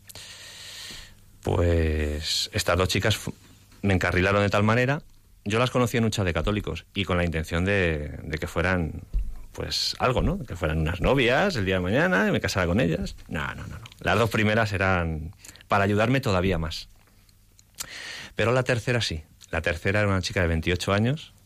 Pues estas dos chicas me encarrilaron de tal manera. Yo las conocí en un chat de católicos y con la intención de, de que fueran, pues, algo, ¿no? Que fueran unas novias el día de mañana y me casara con ellas. No, no, no, no. Las dos primeras eran para ayudarme todavía más. Pero la tercera sí. La tercera era una chica de veintiocho años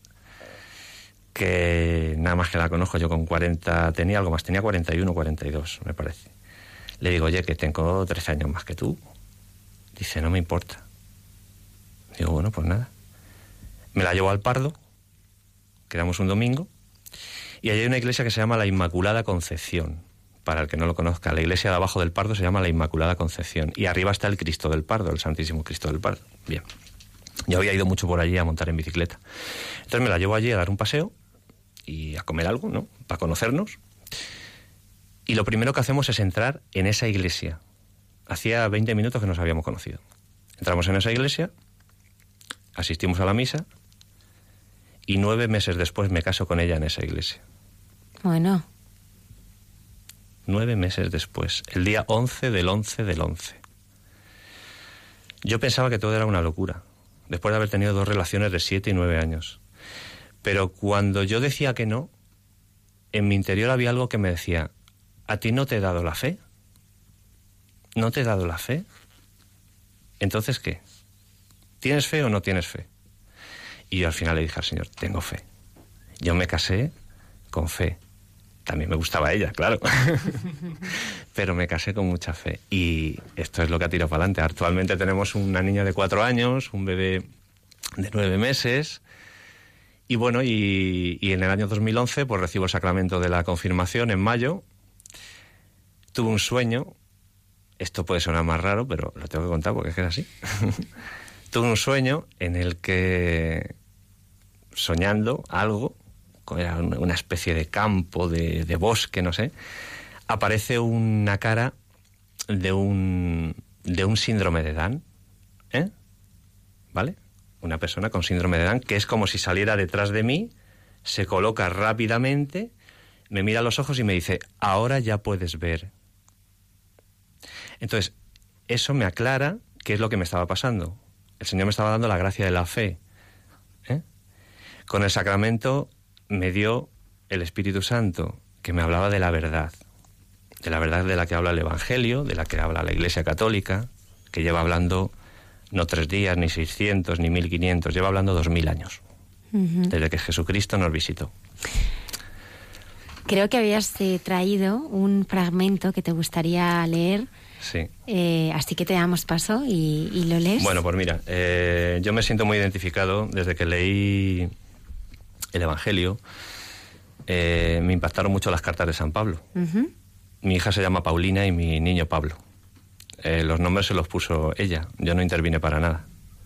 que nada más que la conozco yo con cuarenta, tenía algo más, tenía cuarenta y uno, cuarenta y dos, me parece. Le digo, oye, que tengo trece años más que tú. Dice, no me importa. Digo, bueno, pues nada. Me la llevo al Pardo, quedamos un domingo, y allí hay una iglesia que se llama la Inmaculada Concepción. Para el que no lo conozca, la iglesia de abajo del Pardo se llama la Inmaculada Concepción, y arriba está el Cristo del Pardo, el Santísimo Cristo del Pardo. Bien. Yo había ido mucho por allí a montar en bicicleta. Entonces me la llevo allí a dar un paseo y a comer algo, ¿no? Para conocernos. Y lo primero que hacemos es entrar en esa iglesia. Hacía veinte minutos que nos habíamos conocido. Entramos en esa iglesia, asistimos a la misa y nueve meses después me caso con ella en esa iglesia. Bueno. Nueve meses después, el día once del once del once. Yo pensaba que todo era una locura, después de haber tenido dos relaciones de siete y nueve años. Pero cuando yo decía que no, en mi interior había algo que me decía, ¿a ti no te he dado la fe? ¿No te he dado la fe? Entonces, ¿qué? ¿Tienes fe o no tienes fe? Y yo al final le dije al Señor, tengo fe. Yo me casé con fe. También me gustaba ella, claro. Pero me casé con mucha fe. Y esto es lo que ha tirado para adelante. Actualmente tenemos una niña de cuatro años, un bebé de nueve meses. Y bueno, y, y en el año dos mil once pues recibo el sacramento de la confirmación en mayo. Tuve un sueño. Esto puede sonar más raro, pero lo tengo que contar porque es que era así. Tuve un sueño en el que, soñando algo, era una especie de campo, de, de bosque, no sé, aparece una cara de un, de un síndrome de Down, ¿eh? ¿Vale? Una persona con síndrome de Down, que es como si saliera detrás de mí, se coloca rápidamente, me mira a los ojos y me dice, ahora ya puedes ver. Entonces, eso me aclara qué es lo que me estaba pasando. El Señor me estaba dando la gracia de la fe. ¿eh? Con el sacramento me dio el Espíritu Santo, que me hablaba de la verdad. De la verdad de la que habla el Evangelio, de la que habla la Iglesia Católica, que lleva hablando no tres días, ni seiscientos, ni mil quinientos, lleva hablando dos mil años. Uh-huh. Desde que Jesucristo nos visitó. Creo que habías eh, traído un fragmento que te gustaría leer. Sí. Eh, así que te damos paso y, y lo lees. Bueno, pues mira, eh, yo me siento muy identificado desde que leí el Evangelio. Eh, me impactaron mucho las cartas de San Pablo. Uh-huh. Mi hija se llama Paulina y mi niño Pablo. Eh, los nombres se los puso ella, yo no intervine para nada.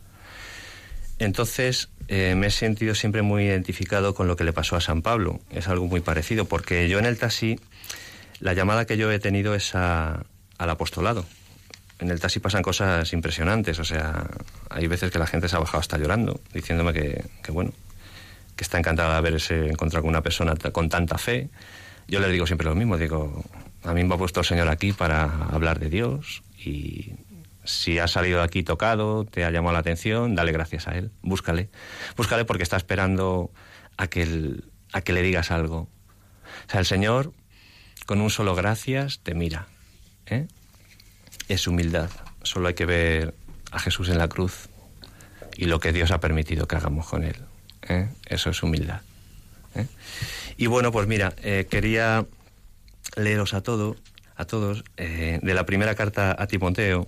Entonces eh, me he sentido siempre muy identificado con lo que le pasó a San Pablo. Es algo muy parecido, porque yo en el taxi, la llamada que yo he tenido es a, al apostolado. En el taxi pasan cosas impresionantes, o sea, hay veces que la gente se ha bajado hasta llorando, diciéndome que, que bueno, que está encantada de haberse encontrado con una persona con tanta fe. Yo les digo siempre lo mismo, digo, a mí me ha puesto el Señor aquí para hablar de Dios y, Si has salido de aquí tocado, te ha llamado la atención, dale gracias a Él, búscale. Búscale porque está esperando a que, el, a que le digas algo. O sea, el Señor, con un solo gracias, te mira. ¿eh? Es humildad. Solo hay que ver a Jesús en la cruz y lo que Dios ha permitido que hagamos con Él. ¿eh? Eso es humildad. ¿eh? Y bueno, pues mira, eh, quería leeros a, todo, a todos eh, de la primera carta a Timoteo.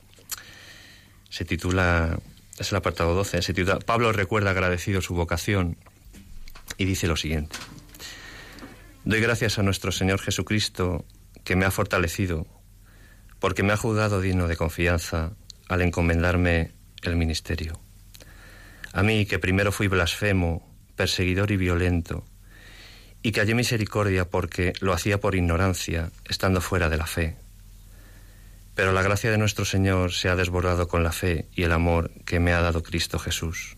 Se titula, es el apartado doce, se titula Pablo recuerda agradecido su vocación y dice lo siguiente: doy gracias a nuestro Señor Jesucristo que me ha fortalecido porque me ha juzgado digno de confianza al encomendarme el ministerio. A mí que primero fui blasfemo, perseguidor y violento y que hallé misericordia porque lo hacía por ignorancia, estando fuera de la fe. Pero la gracia de nuestro Señor se ha desbordado con la fe y el amor que me ha dado Cristo Jesús.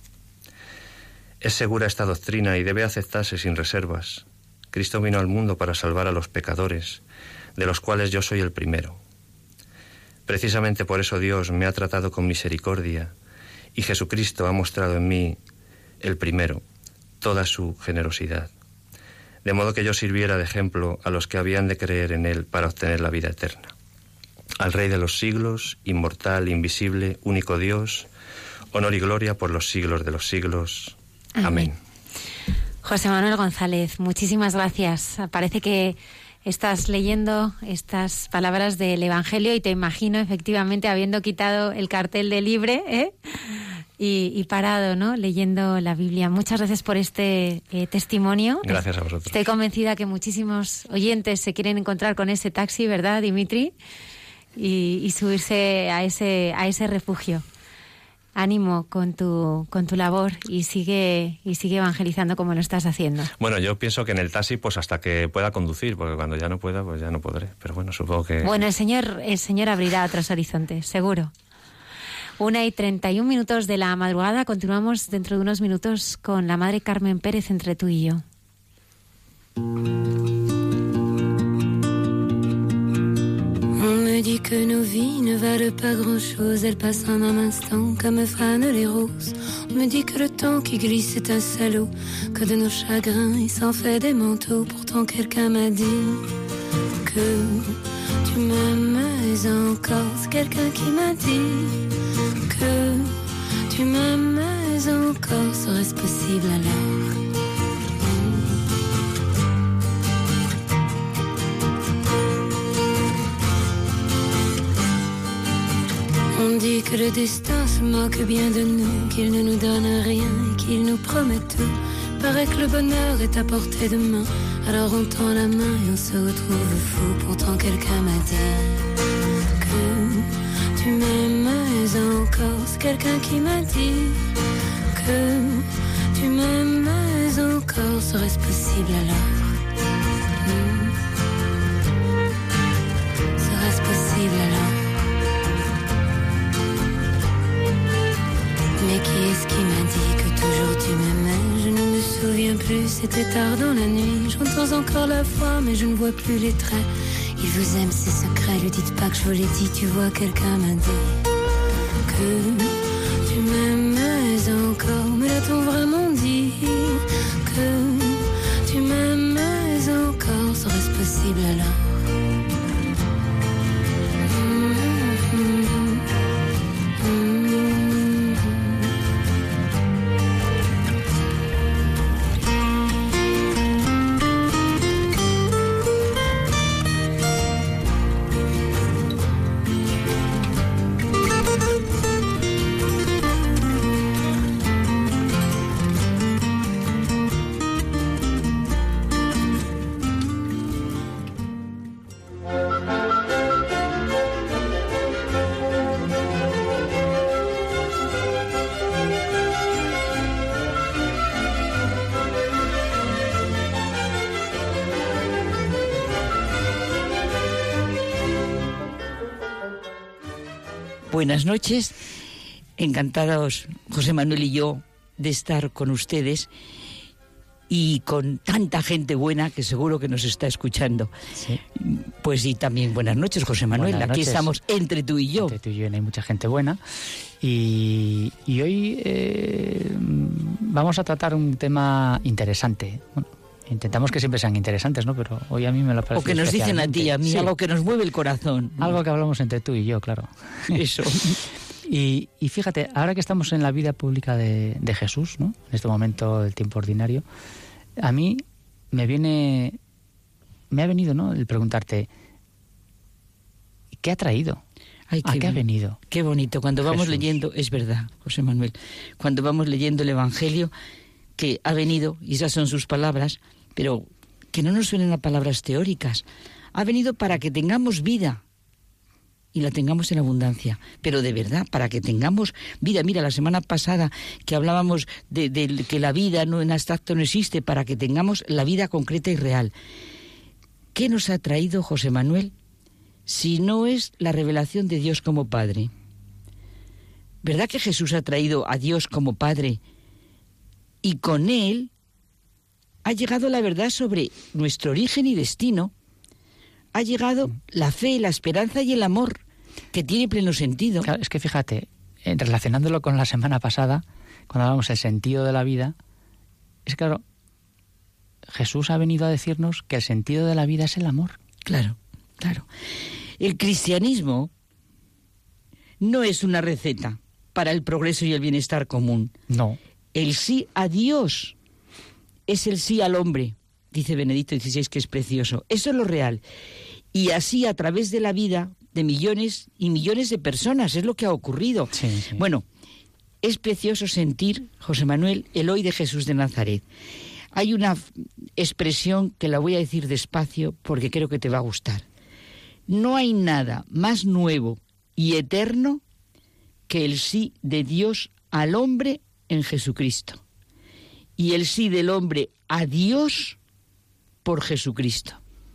Es segura esta doctrina y debe aceptarse sin reservas. Cristo vino al mundo para salvar a los pecadores, de los cuales yo soy el primero. Precisamente por eso Dios me ha tratado con misericordia y Jesucristo ha mostrado en mí, el primero, toda su generosidad, de modo que yo sirviera de ejemplo a los que habían de creer en Él para obtener la vida eterna. Al Rey de los siglos, inmortal, invisible, único Dios, honor y gloria por los siglos de los siglos. Amén. Amén. José Manuel González, muchísimas gracias. Parece que estás leyendo estas palabras del Evangelio y te imagino efectivamente habiendo quitado el cartel de libre ¿eh? y, y parado, ¿no? Leyendo la Biblia. Muchas gracias por este eh, testimonio. Gracias a vosotros. Estoy convencida que muchísimos oyentes se quieren encontrar con ese taxi, ¿verdad, Dimitri? Y, y subirse a ese a ese refugio. Ánimo con tu con tu labor y sigue y sigue evangelizando como lo estás haciendo. Bueno, yo pienso que en el taxi pues hasta que pueda conducir, porque cuando ya no pueda pues ya no podré. Pero bueno, supongo que... Bueno, el Señor el Señor abrirá otros horizontes, seguro. Una y treinta y un minutos de la madrugada. Continuamos dentro de unos minutos con la Madre Carmen Pérez entre tú y yo. On me dit que nos vies ne valent pas grand-chose, elles passent en un instant comme fanent les roses. On me dit que le temps qui glisse est un salaud, que de nos chagrins il s'en fait des manteaux. Pourtant quelqu'un m'a dit que tu m'aimes encore. C'est quelqu'un qui m'a dit que tu m'aimes encore. Serait-ce possible alors? On dit que le destin se moque bien de nous, qu'il ne nous donne rien et qu'il nous promet tout. Paraît que le bonheur est à portée de main, alors on tend la main et on se retrouve fou. Pourtant quelqu'un m'a dit que tu m'aimes encore. C'est quelqu'un qui m'a dit que tu m'aimes encore. Serait-ce possible alors? hmm. Serait-ce possible alors? Mais qui est-ce qui m'a dit que toujours tu m'aimais? Je ne me souviens plus, c'était tard dans la nuit. J'entends encore la voix, mais je ne vois plus les traits. Il vous aime, ses secrets, lui dites pas que je vous l'ai dit. Tu vois, quelqu'un m'a dit que tu m'aimais encore. Mais l'a-t-on vraiment dit que tu m'aimais encore? Serait-ce possible alors? Buenas noches, encantados José Manuel y yo de estar con ustedes y con tanta gente buena que seguro que nos está escuchando. Sí. Pues y también buenas noches, José Manuel. Buenas Aquí noches. estamos entre tú y yo. Entre tú y yo, hay mucha gente buena. Y, y hoy eh, vamos a tratar un tema interesante. Bueno, intentamos que siempre sean interesantes, ¿no? Pero hoy a mí me lo parece. O que nos dicen a ti y a mí, sí. algo que nos mueve el corazón. Algo que hablamos entre tú y yo, claro. Eso. Y, y fíjate, ahora que estamos en la vida pública de, de Jesús, ¿no? En este momento del tiempo ordinario, a mí me viene, me ha venido, ¿no? El preguntarte, ¿qué ha traído? Ay, ¿A qué, qué ha venido? Qué bonito. Cuando vamos Jesús. leyendo, es verdad, José Manuel, cuando vamos leyendo el Evangelio, que ha venido, y esas son sus palabras, pero que no nos suenen a palabras teóricas. Ha venido para que tengamos vida y la tengamos en abundancia, pero de verdad, para que tengamos vida. Mira, la semana pasada que hablábamos de, de que la vida no en abstracto no existe, para que tengamos la vida concreta y real. ¿Qué nos ha traído José Manuel si no es la revelación de Dios como Padre? ¿Verdad que Jesús ha traído a Dios como Padre y con Él ha llegado la verdad sobre nuestro origen y destino? Ha llegado la fe, la esperanza y el amor, que tiene pleno sentido. Claro, es que fíjate, relacionándolo con la semana pasada, cuando hablamos del sentido de la vida, es claro, Jesús ha venido a decirnos que el sentido de la vida es el amor. Claro, claro. El cristianismo no es una receta para el progreso y el bienestar común. No. El sí a Dios es el sí al hombre, dice Benedicto dieciséis, que es precioso. Eso es lo real. Y así a través de la vida de millones y millones de personas, es lo que ha ocurrido. Sí, sí. Bueno, es precioso sentir, José Manuel, el hoy de Jesús de Nazaret. Hay una expresión que la voy a decir despacio porque creo que te va a gustar. No hay nada más nuevo y eterno que el sí de Dios al hombre en Jesucristo. Y el sí del hombre a Dios por Jesucristo.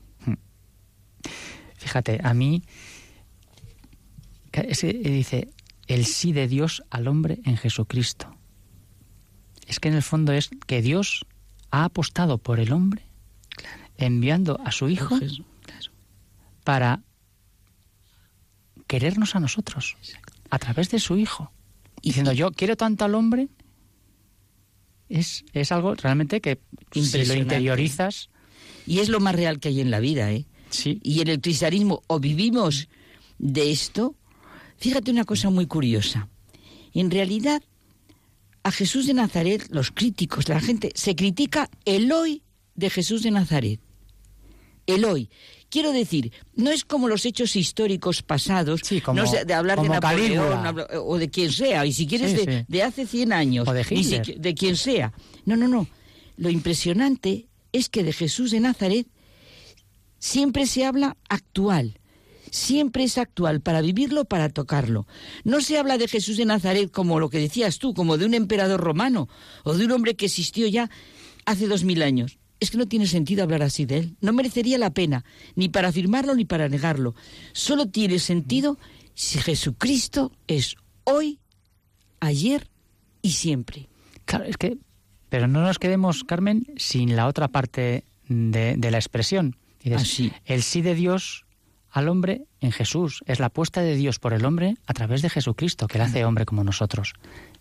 Fíjate, a mí ese, dice el sí de Dios al hombre en Jesucristo. Es que en el fondo es que Dios ha apostado por el hombre, claro, enviando a su Hijo, Jesús, claro, para querernos a nosotros, exacto, a través de su Hijo. Y, diciendo, yo quiero tanto al hombre, es, es algo realmente que si lo interiorizas... Y es lo más real que hay en la vida, ¿eh? Sí. Y en el cristianismo o vivimos de esto. Fíjate una cosa muy curiosa. En realidad, a Jesús de Nazaret, los críticos, la gente, se critica el hoy de Jesús de Nazaret. El hoy. Quiero decir, no es como los hechos históricos pasados, sí, como, no es de hablar de Napoleón Calígula, o de quien sea, y si quieres sí, de, sí. de hace cien años, o de Hitler, si, de quien sea. No, no, no. Lo impresionante es que de Jesús de Nazaret siempre se habla actual. Siempre es actual, para vivirlo, para tocarlo. No se habla de Jesús de Nazaret como lo que decías tú, como de un emperador romano, o de un hombre que existió ya hace dos mil años. Es que no tiene sentido hablar así de él. No merecería la pena, ni para afirmarlo ni para negarlo. Solo tiene sentido si Jesucristo es hoy, ayer y siempre. Claro, es que... Pero no nos quedemos, Carmen, sin la otra parte de, de la expresión. Dices, Así. El sí de Dios al hombre en Jesús. Es la apuesta de Dios por el hombre a través de Jesucristo, que le hace hombre como nosotros.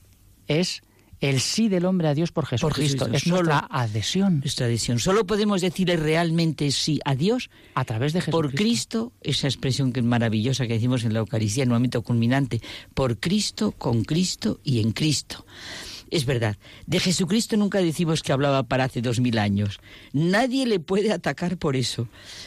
Es el sí del hombre a Dios por Jesucristo. Por Jesucristo. Es nuestra adhesión. Nuestra adhesión. Solo podemos decirle realmente sí a Dios a través de Jesucristo. Por Cristo, esa expresión que es maravillosa que decimos en la Eucaristía, en un momento culminante. Por Cristo, con Cristo y en Cristo. Es verdad, de Jesucristo nunca decimos que hablaba para hace dos mil años. Nadie le puede atacar por eso.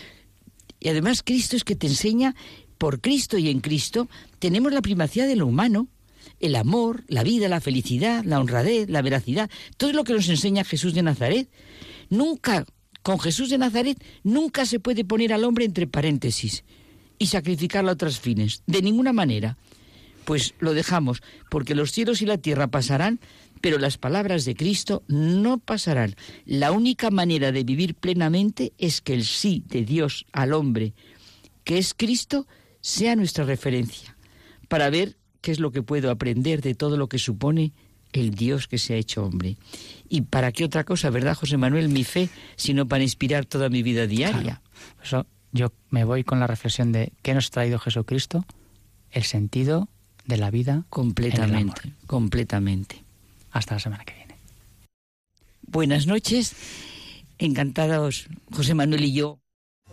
Y además Cristo es que te enseña, por Cristo y en Cristo, tenemos la primacía de lo humano, el amor, la vida, la felicidad, la honradez, la veracidad, todo lo que nos enseña Jesús de Nazaret. Nunca, con Jesús de Nazaret, nunca se puede poner al hombre entre paréntesis y sacrificarlo a otros fines, de ninguna manera. Pues lo dejamos, porque los cielos y la tierra pasarán, pero las palabras de Cristo no pasarán. La única manera de vivir plenamente es que el sí de Dios al hombre, que es Cristo, sea nuestra referencia, para ver qué es lo que puedo aprender de todo lo que supone el Dios que se ha hecho hombre. ¿Y para qué otra cosa, verdad, José Manuel, mi fe, sino para inspirar toda mi vida diaria? Claro. Por eso yo me voy con la reflexión de ¿qué nos ha traído Jesucristo? El sentido de la vida. Completamente, completamente. Hasta la semana que viene. Buenas noches, encantados José Manuel y yo.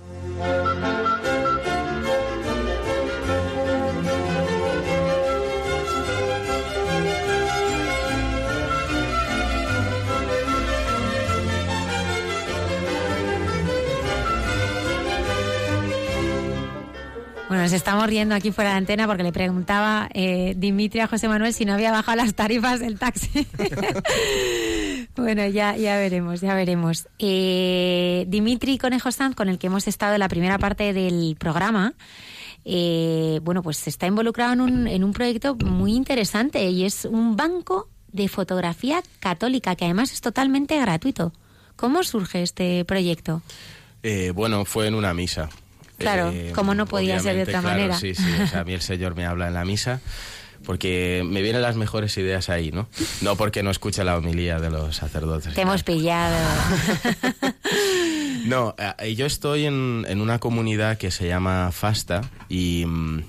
Bueno, nos estamos riendo aquí fuera de antena porque le preguntaba eh, Dimitri a José Manuel si no había bajado las tarifas del taxi. Bueno, ya, ya veremos, ya veremos. Eh, Dimitri Conejo Sanz, con el que hemos estado en la primera parte del programa, eh, bueno, pues está involucrado en un, en un proyecto muy interesante y es un banco de fotografía católica que además es totalmente gratuito. ¿Cómo surge este proyecto? Eh, bueno, fue en una misa. Claro, eh, como no podía ser de otra claro, manera. Sí, sí, o sea, a mí el Señor me habla en la misa porque me vienen las mejores ideas ahí, ¿no? No porque no escuche la homilía de los sacerdotes. Te hemos pillado. No, eh, yo estoy en, en una comunidad que se llama Fasta y...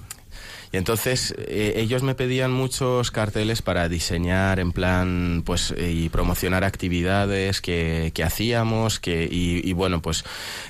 Y entonces eh, ellos me pedían muchos carteles para diseñar en plan, pues, eh, y promocionar actividades que, que hacíamos, que y, y bueno, pues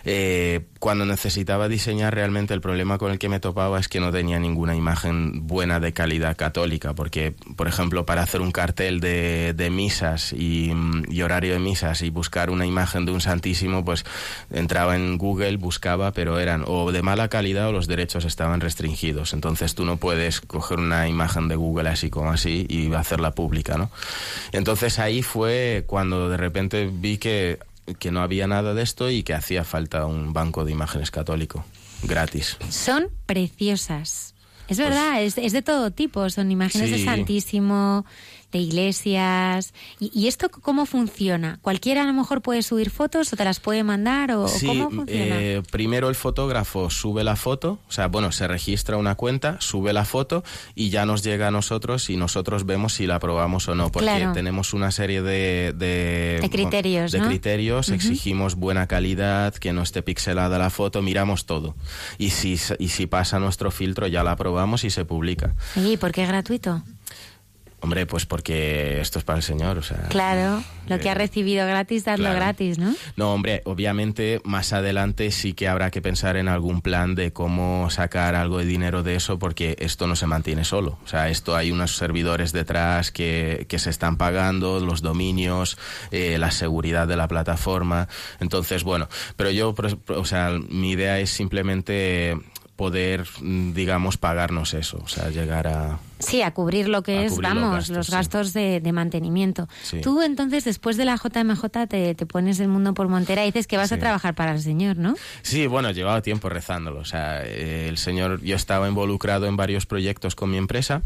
eh, cuando necesitaba diseñar realmente el problema con el que me topaba es que no tenía ninguna imagen buena de calidad católica, porque, por ejemplo, para hacer un cartel de, de misas y, y horario de misas y buscar una imagen de un santísimo, pues entraba en Google, buscaba, pero eran o de mala calidad o los derechos estaban restringidos, entonces tú no puedes coger una imagen de Google así como así y hacerla pública, ¿no? Entonces ahí fue cuando de repente vi que, que no había nada de esto y que hacía falta un banco de imágenes católico, gratis. Son preciosas. Es verdad, pues, es, es de todo tipo. Son imágenes sí. de Santísimo, de iglesias. ¿Y, ¿Y esto cómo funciona? ¿Cualquiera a lo mejor puede subir fotos o te las puede mandar? ¿O sí, cómo funciona? Eh, primero el fotógrafo sube la foto, o sea, bueno, se registra una cuenta, sube la foto y ya nos llega a nosotros y nosotros vemos si la aprobamos o no, porque claro. tenemos una serie de... De, de criterios, de ¿no? criterios, uh-huh. exigimos buena calidad, que no esté pixelada la foto, miramos todo. Y si, y si pasa nuestro filtro ya la aprobamos y se publica. ¿Y por qué es gratuito? Hombre, pues porque esto es para el Señor, o sea... Claro, lo que eh, ha recibido gratis, darlo claro. gratis, ¿no? No, hombre, obviamente más adelante sí que habrá que pensar en algún plan de cómo sacar algo de dinero de eso, porque esto no se mantiene solo. O sea, esto hay unos servidores detrás que, que se están pagando, los dominios, eh, la seguridad de la plataforma. Entonces, bueno, pero yo, o sea, mi idea es simplemente... poder, digamos, pagarnos eso, o sea, llegar a... Sí, a cubrir lo que es, vamos, los gastos, los gastos sí. de, de mantenimiento. Sí. Tú, entonces, después de la J M J, te, te pones el mundo por montera y dices que vas sí. a trabajar para el Señor, ¿no? Sí, bueno, llevaba tiempo rezándolo, o sea, eh, el Señor, yo estaba involucrado en varios proyectos con mi empresa,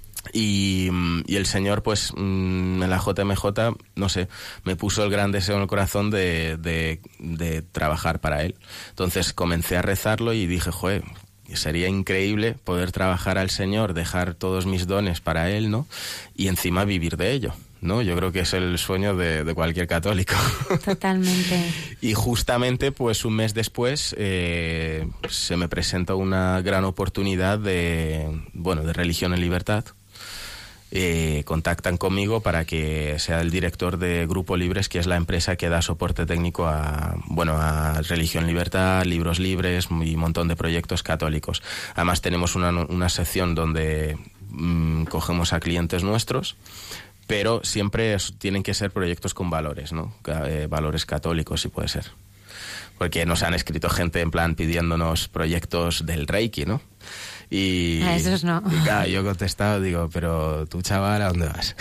Y, y el Señor, pues, en la J M J, no sé, me puso el gran deseo en el corazón de, de, de trabajar para Él. Entonces comencé a rezarlo y dije, joder, sería increíble poder trabajar al Señor, dejar todos mis dones para Él, ¿no? Y encima vivir de ello, ¿no? Yo creo que es el sueño de, de cualquier católico. Totalmente. Y justamente, pues, un mes después eh, se me presenta una gran oportunidad de, bueno, de Religión en Libertad. Eh, contactan conmigo para que sea el director de Grupo Libres, que es la empresa que da soporte técnico a, bueno, a Religión Libertad, Libros Libres y un montón de proyectos católicos. Además tenemos una, una sección donde mmm, cogemos a clientes nuestros, pero siempre es, tienen que ser proyectos con valores, ¿no? Eh, valores católicos, si puede ser. Porque nos han escrito gente en plan pidiéndonos proyectos del Reiki, ¿no? Y, a esos no. Y claro, yo he contestado, digo, pero tú, chaval, ¿a dónde vas?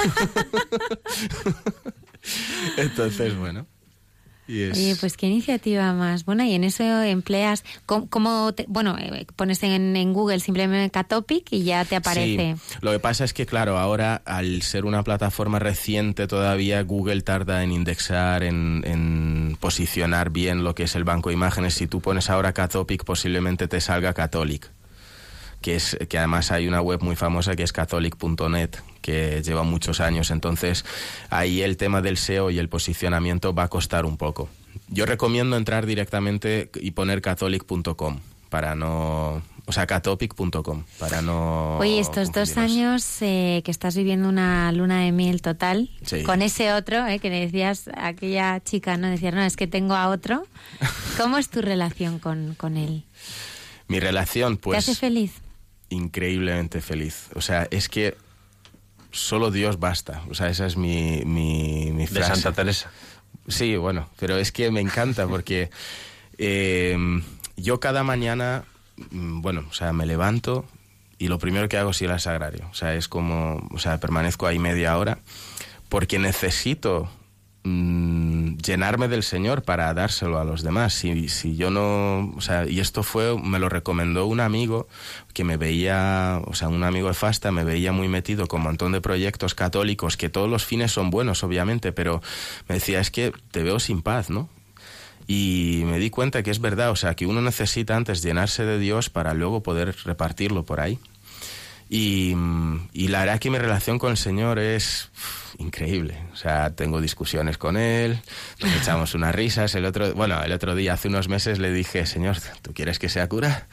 Entonces, bueno. Y es... Oye, pues qué iniciativa más buena. Y en eso empleas, ¿cómo, cómo te, bueno, pones en, en Google simplemente Catopic y ya te aparece? Sí, lo que pasa es que, claro, ahora, al ser una plataforma reciente todavía, Google tarda en indexar, en, en posicionar bien lo que es el banco de imágenes. Si tú pones ahora Catopic, posiblemente te salga Catholic, que es que además hay una web muy famosa que es catholic punto net, que lleva muchos años. Entonces, ahí el tema del S E O y el posicionamiento va a costar un poco. Yo recomiendo entrar directamente y poner catholic punto com para no... O sea, catopic punto com, para no... Oye, estos dos años eh, que estás viviendo una luna de miel total, sí, con ese otro, eh, que le decías a aquella chica, ¿no? Decías, no, es que tengo a otro. ¿Cómo es tu relación con, con él? Mi relación, pues... ¿Te hace feliz? Increíblemente feliz. O sea, es que solo Dios basta. O sea, esa es mi, mi, mi frase. De Santa Teresa. Sí, bueno, pero es que me encanta porque eh, yo cada mañana... Bueno, o sea, me levanto y lo primero que hago es ir al sagrario. O sea, es como, o sea, permanezco ahí media hora porque necesito mmm, llenarme del Señor para dárselo a los demás. Si, si yo no, o sea, y esto fue, me lo recomendó un amigo que me veía, o sea, un amigo de Fasta, me veía muy metido con un montón de proyectos católicos, que todos los fines son buenos, obviamente, pero me decía, es que te veo sin paz, ¿no? Y me di cuenta que es verdad, o sea, que uno necesita antes llenarse de Dios para luego poder repartirlo por ahí. Y, y la verdad que mi relación con el Señor es uf, increíble. O sea, tengo discusiones con Él, nos echamos unas risas. El otro, bueno, el otro día, hace unos meses, le dije, Señor, ¿tú quieres que sea cura?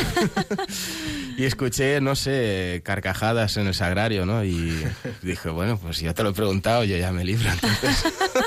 Y escuché, no sé, carcajadas en el sagrario, ¿no? Y dije, bueno, pues yo te lo he preguntado, yo ya me libro, entonces...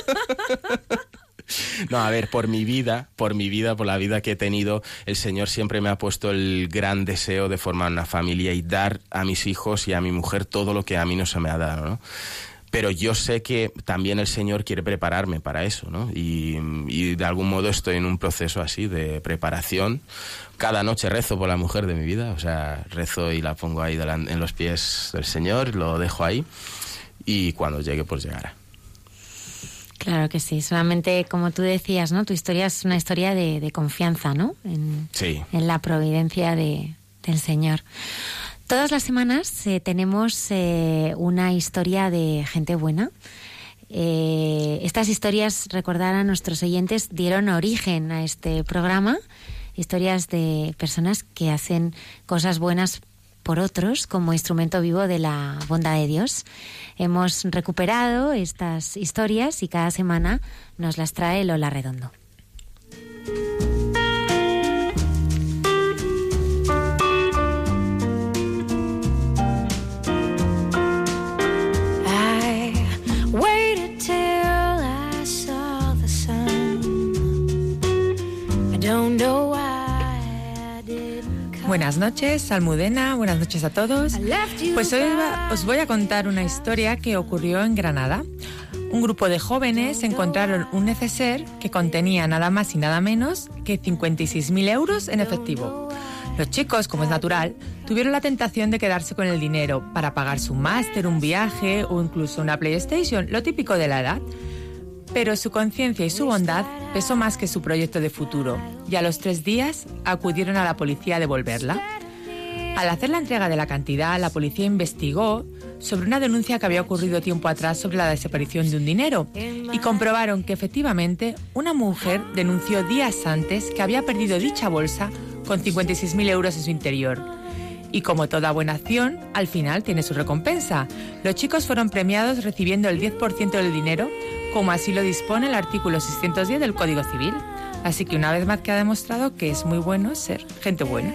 No, a ver, por mi vida, por mi vida, por la vida que he tenido, el Señor siempre me ha puesto el gran deseo de formar una familia y dar a mis hijos y a mi mujer todo lo que a mí no se me ha dado, ¿no? Pero yo sé que también el Señor quiere prepararme para eso, ¿no? Y, y de algún modo estoy en un proceso así de preparación. Cada noche rezo por la mujer de mi vida, o sea, rezo y la pongo ahí en los pies del Señor, lo dejo ahí y cuando llegue, pues llegará. Claro que sí, solamente como tú decías, ¿no? Tu historia es una historia de, de confianza, ¿no? En, sí. En la providencia de, del Señor. Todas las semanas eh, tenemos eh, una historia de gente buena. Eh, estas historias, recordar a nuestros oyentes, dieron origen a este programa. Historias de personas que hacen cosas buenas por otros como instrumento vivo de la bondad de Dios. Hemos recuperado estas historias y cada semana nos las trae Lola Redondo. I waited till I saw the sun. I don't know why. Buenas noches, Almudena, buenas noches a todos. Pues hoy va, os voy a contar una historia que ocurrió en Granada. Un grupo de jóvenes encontraron un neceser que contenía nada más y nada menos que cincuenta y seis mil euros en efectivo. Los chicos, como es natural, tuvieron la tentación de quedarse con el dinero para pagar su máster, un viaje o incluso una PlayStation, lo típico de la edad. Pero su conciencia y su bondad pesó más que su proyecto de futuro, y a los tres días acudieron a la policía a devolverla. Al hacer la entrega de la cantidad, la policía investigó sobre una denuncia que había ocurrido tiempo atrás sobre la desaparición de un dinero, y comprobaron que efectivamente una mujer denunció días antes que había perdido dicha bolsa con cincuenta y seis mil euros en su interior. Y como toda buena acción, al final tiene su recompensa. Los chicos fueron premiados recibiendo el diez por ciento del dinero, como así lo dispone el artículo seiscientos diez del Código Civil. Así que una vez más queda demostrado que es muy bueno ser gente buena.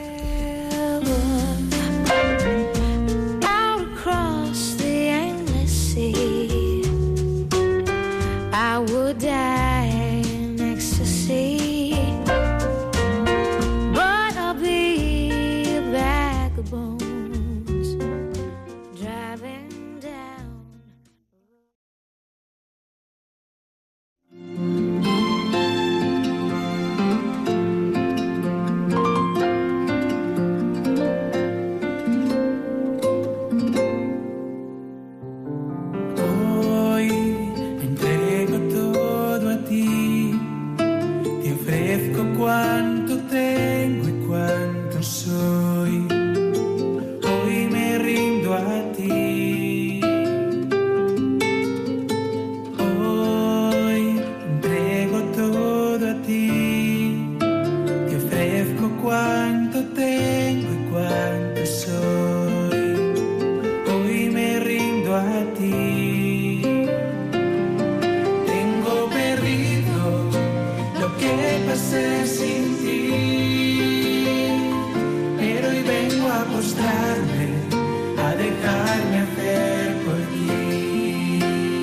postrarme, a dejarme hacer por ti.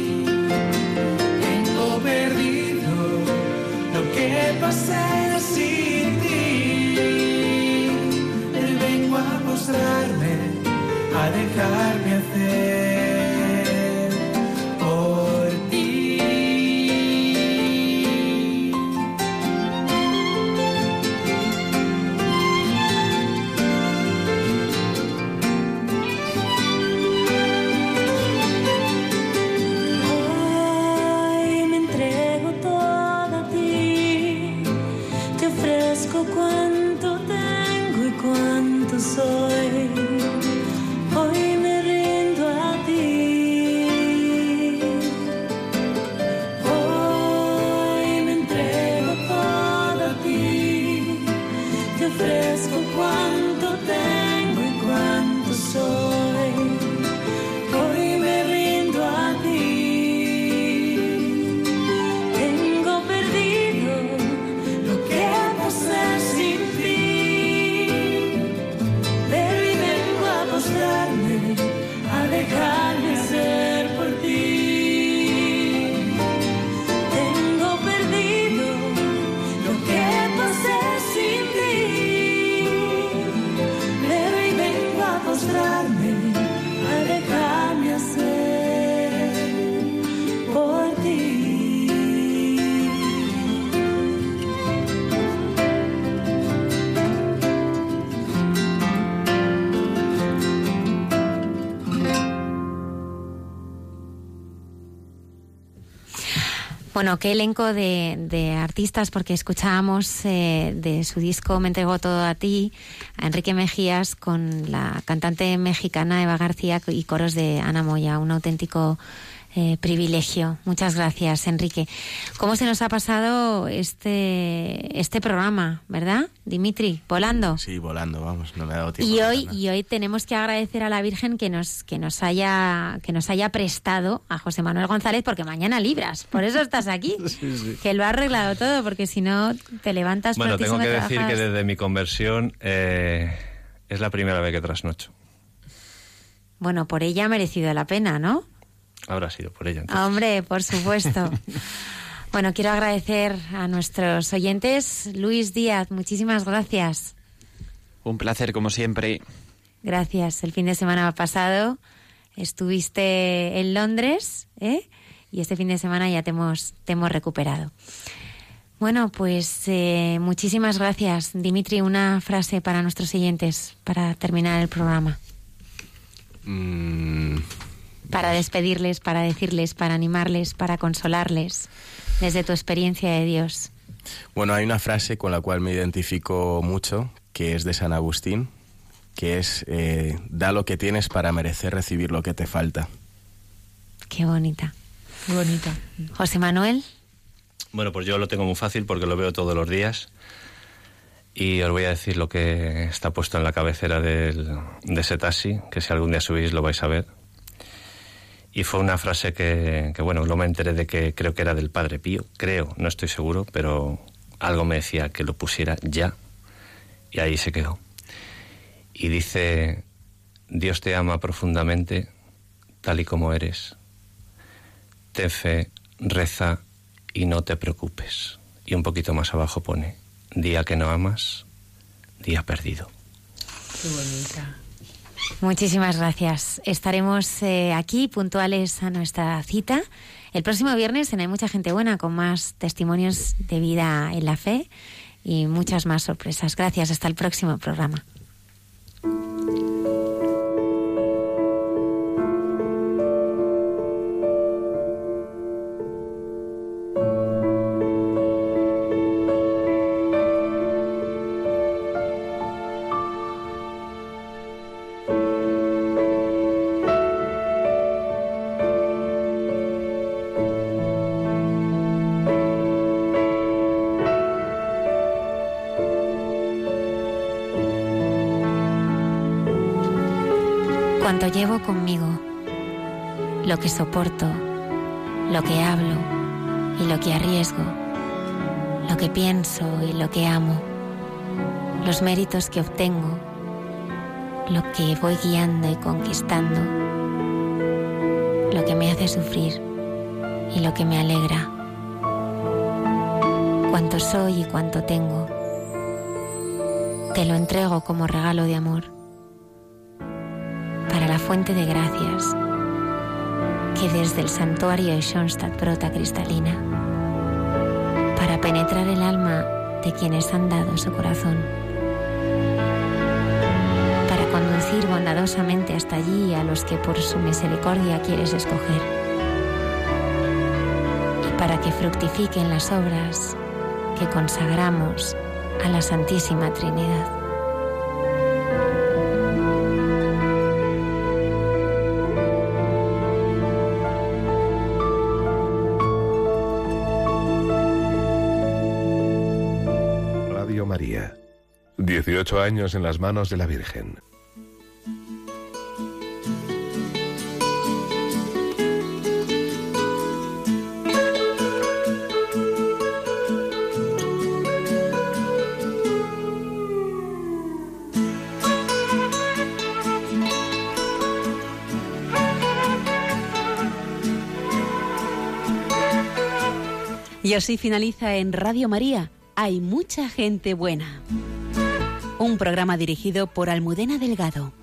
Tengo perdido lo que pasé sin ti. Me vengo a postrarme, a dejarme hacer por ti. Hoy me entrego todo a ti, te ofrezco cuanto tengo y cuanto soy. Hoy me rindo a ti. Hoy me entrego todo a ti. Te ofrezco cuanto tengo y cuanto soy. Hoy me rindo a ti. Tengo perdido lo que posee sin ti. Pero hoy vengo a postrarme, a dejarme hacer por ti. Tengo perdido lo que posee sin ti. Pero hoy vengo a postrarme, a dejarme hacer por ti. Bueno, qué elenco de, de artistas, porque escuchábamos eh, de su disco Me entrego todo a ti, a Enrique Mejías con la cantante mexicana Eva García y coros de Ana Moya, un auténtico eh, privilegio. Muchas gracias, Enrique. ¿Cómo se nos ha pasado este este programa, verdad, Dimitri? Volando. Sí, volando, vamos, no me ha dado tiempo. Y de hoy nada. y hoy tenemos que agradecer a la Virgen que nos que nos haya que nos haya prestado a José Manuel González, porque mañana libras. Por eso estás aquí. Sí, sí. Que lo ha arreglado todo, porque si no te levantas Bueno, tengo prontísimo que y decir trabajas. que desde mi conversión eh, es la primera vez que trasnocho. Bueno, por ella ha merecido la pena, ¿no? Habrá sido por ella. Entonces. Hombre, por supuesto. Bueno, quiero agradecer a nuestros oyentes. Luis Díaz, muchísimas gracias. Un placer, como siempre. Gracias. El fin de semana pasado estuviste en Londres, ¿eh? Y este fin de semana ya te hemos, te hemos recuperado. Bueno, pues eh, muchísimas gracias. Dimitri, una frase para nuestros oyentes para terminar el programa. Mm, Para despedirles, para decirles, para animarles, para consolarles, desde tu experiencia de Dios. Bueno, hay una frase con la cual me identifico mucho, que es de San Agustín, que es, eh, da lo que tienes para merecer recibir lo que te falta. Qué bonita. Muy bonita. José Manuel. Bueno, pues yo lo tengo muy fácil porque lo veo todos los días. Y os voy a decir lo que está puesto en la cabecera del, de ese taxi, que si algún día subís lo vais a ver. Y fue una frase que, que, bueno, luego me enteré de que creo que era del Padre Pío. Creo, no estoy seguro, pero algo me decía que lo pusiera ya. Y ahí se quedó. Y dice, Dios te ama profundamente, tal y como eres. Ten fe, reza y no te preocupes. Y un poquito más abajo pone, día que no amas, día perdido. Qué bonita. Muchísimas gracias. Estaremos eh, aquí puntuales a nuestra cita. El próximo viernes en Hay Mucha Gente Buena, con más testimonios de vida en la fe y muchas más sorpresas. Gracias. Hasta el próximo programa. Cuanto llevo conmigo, lo que soporto, lo que hablo y lo que arriesgo, lo que pienso y lo que amo, los méritos que obtengo, lo que voy guiando y conquistando, lo que me hace sufrir y lo que me alegra, cuánto soy y cuánto tengo. Te lo entrego como regalo de amor para la fuente de gracias que desde el santuario de Schoenstatt brota cristalina para penetrar el alma de quienes han dado su corazón, para conducir bondadosamente hasta allí a los que por su misericordia quieres escoger, y para que fructifiquen las obras que consagramos a la Santísima Trinidad. Radio María. dieciocho años en las manos de la Virgen. Y así finaliza en Radio María, Hay mucha gente buena. Un programa dirigido por Almudena Delgado.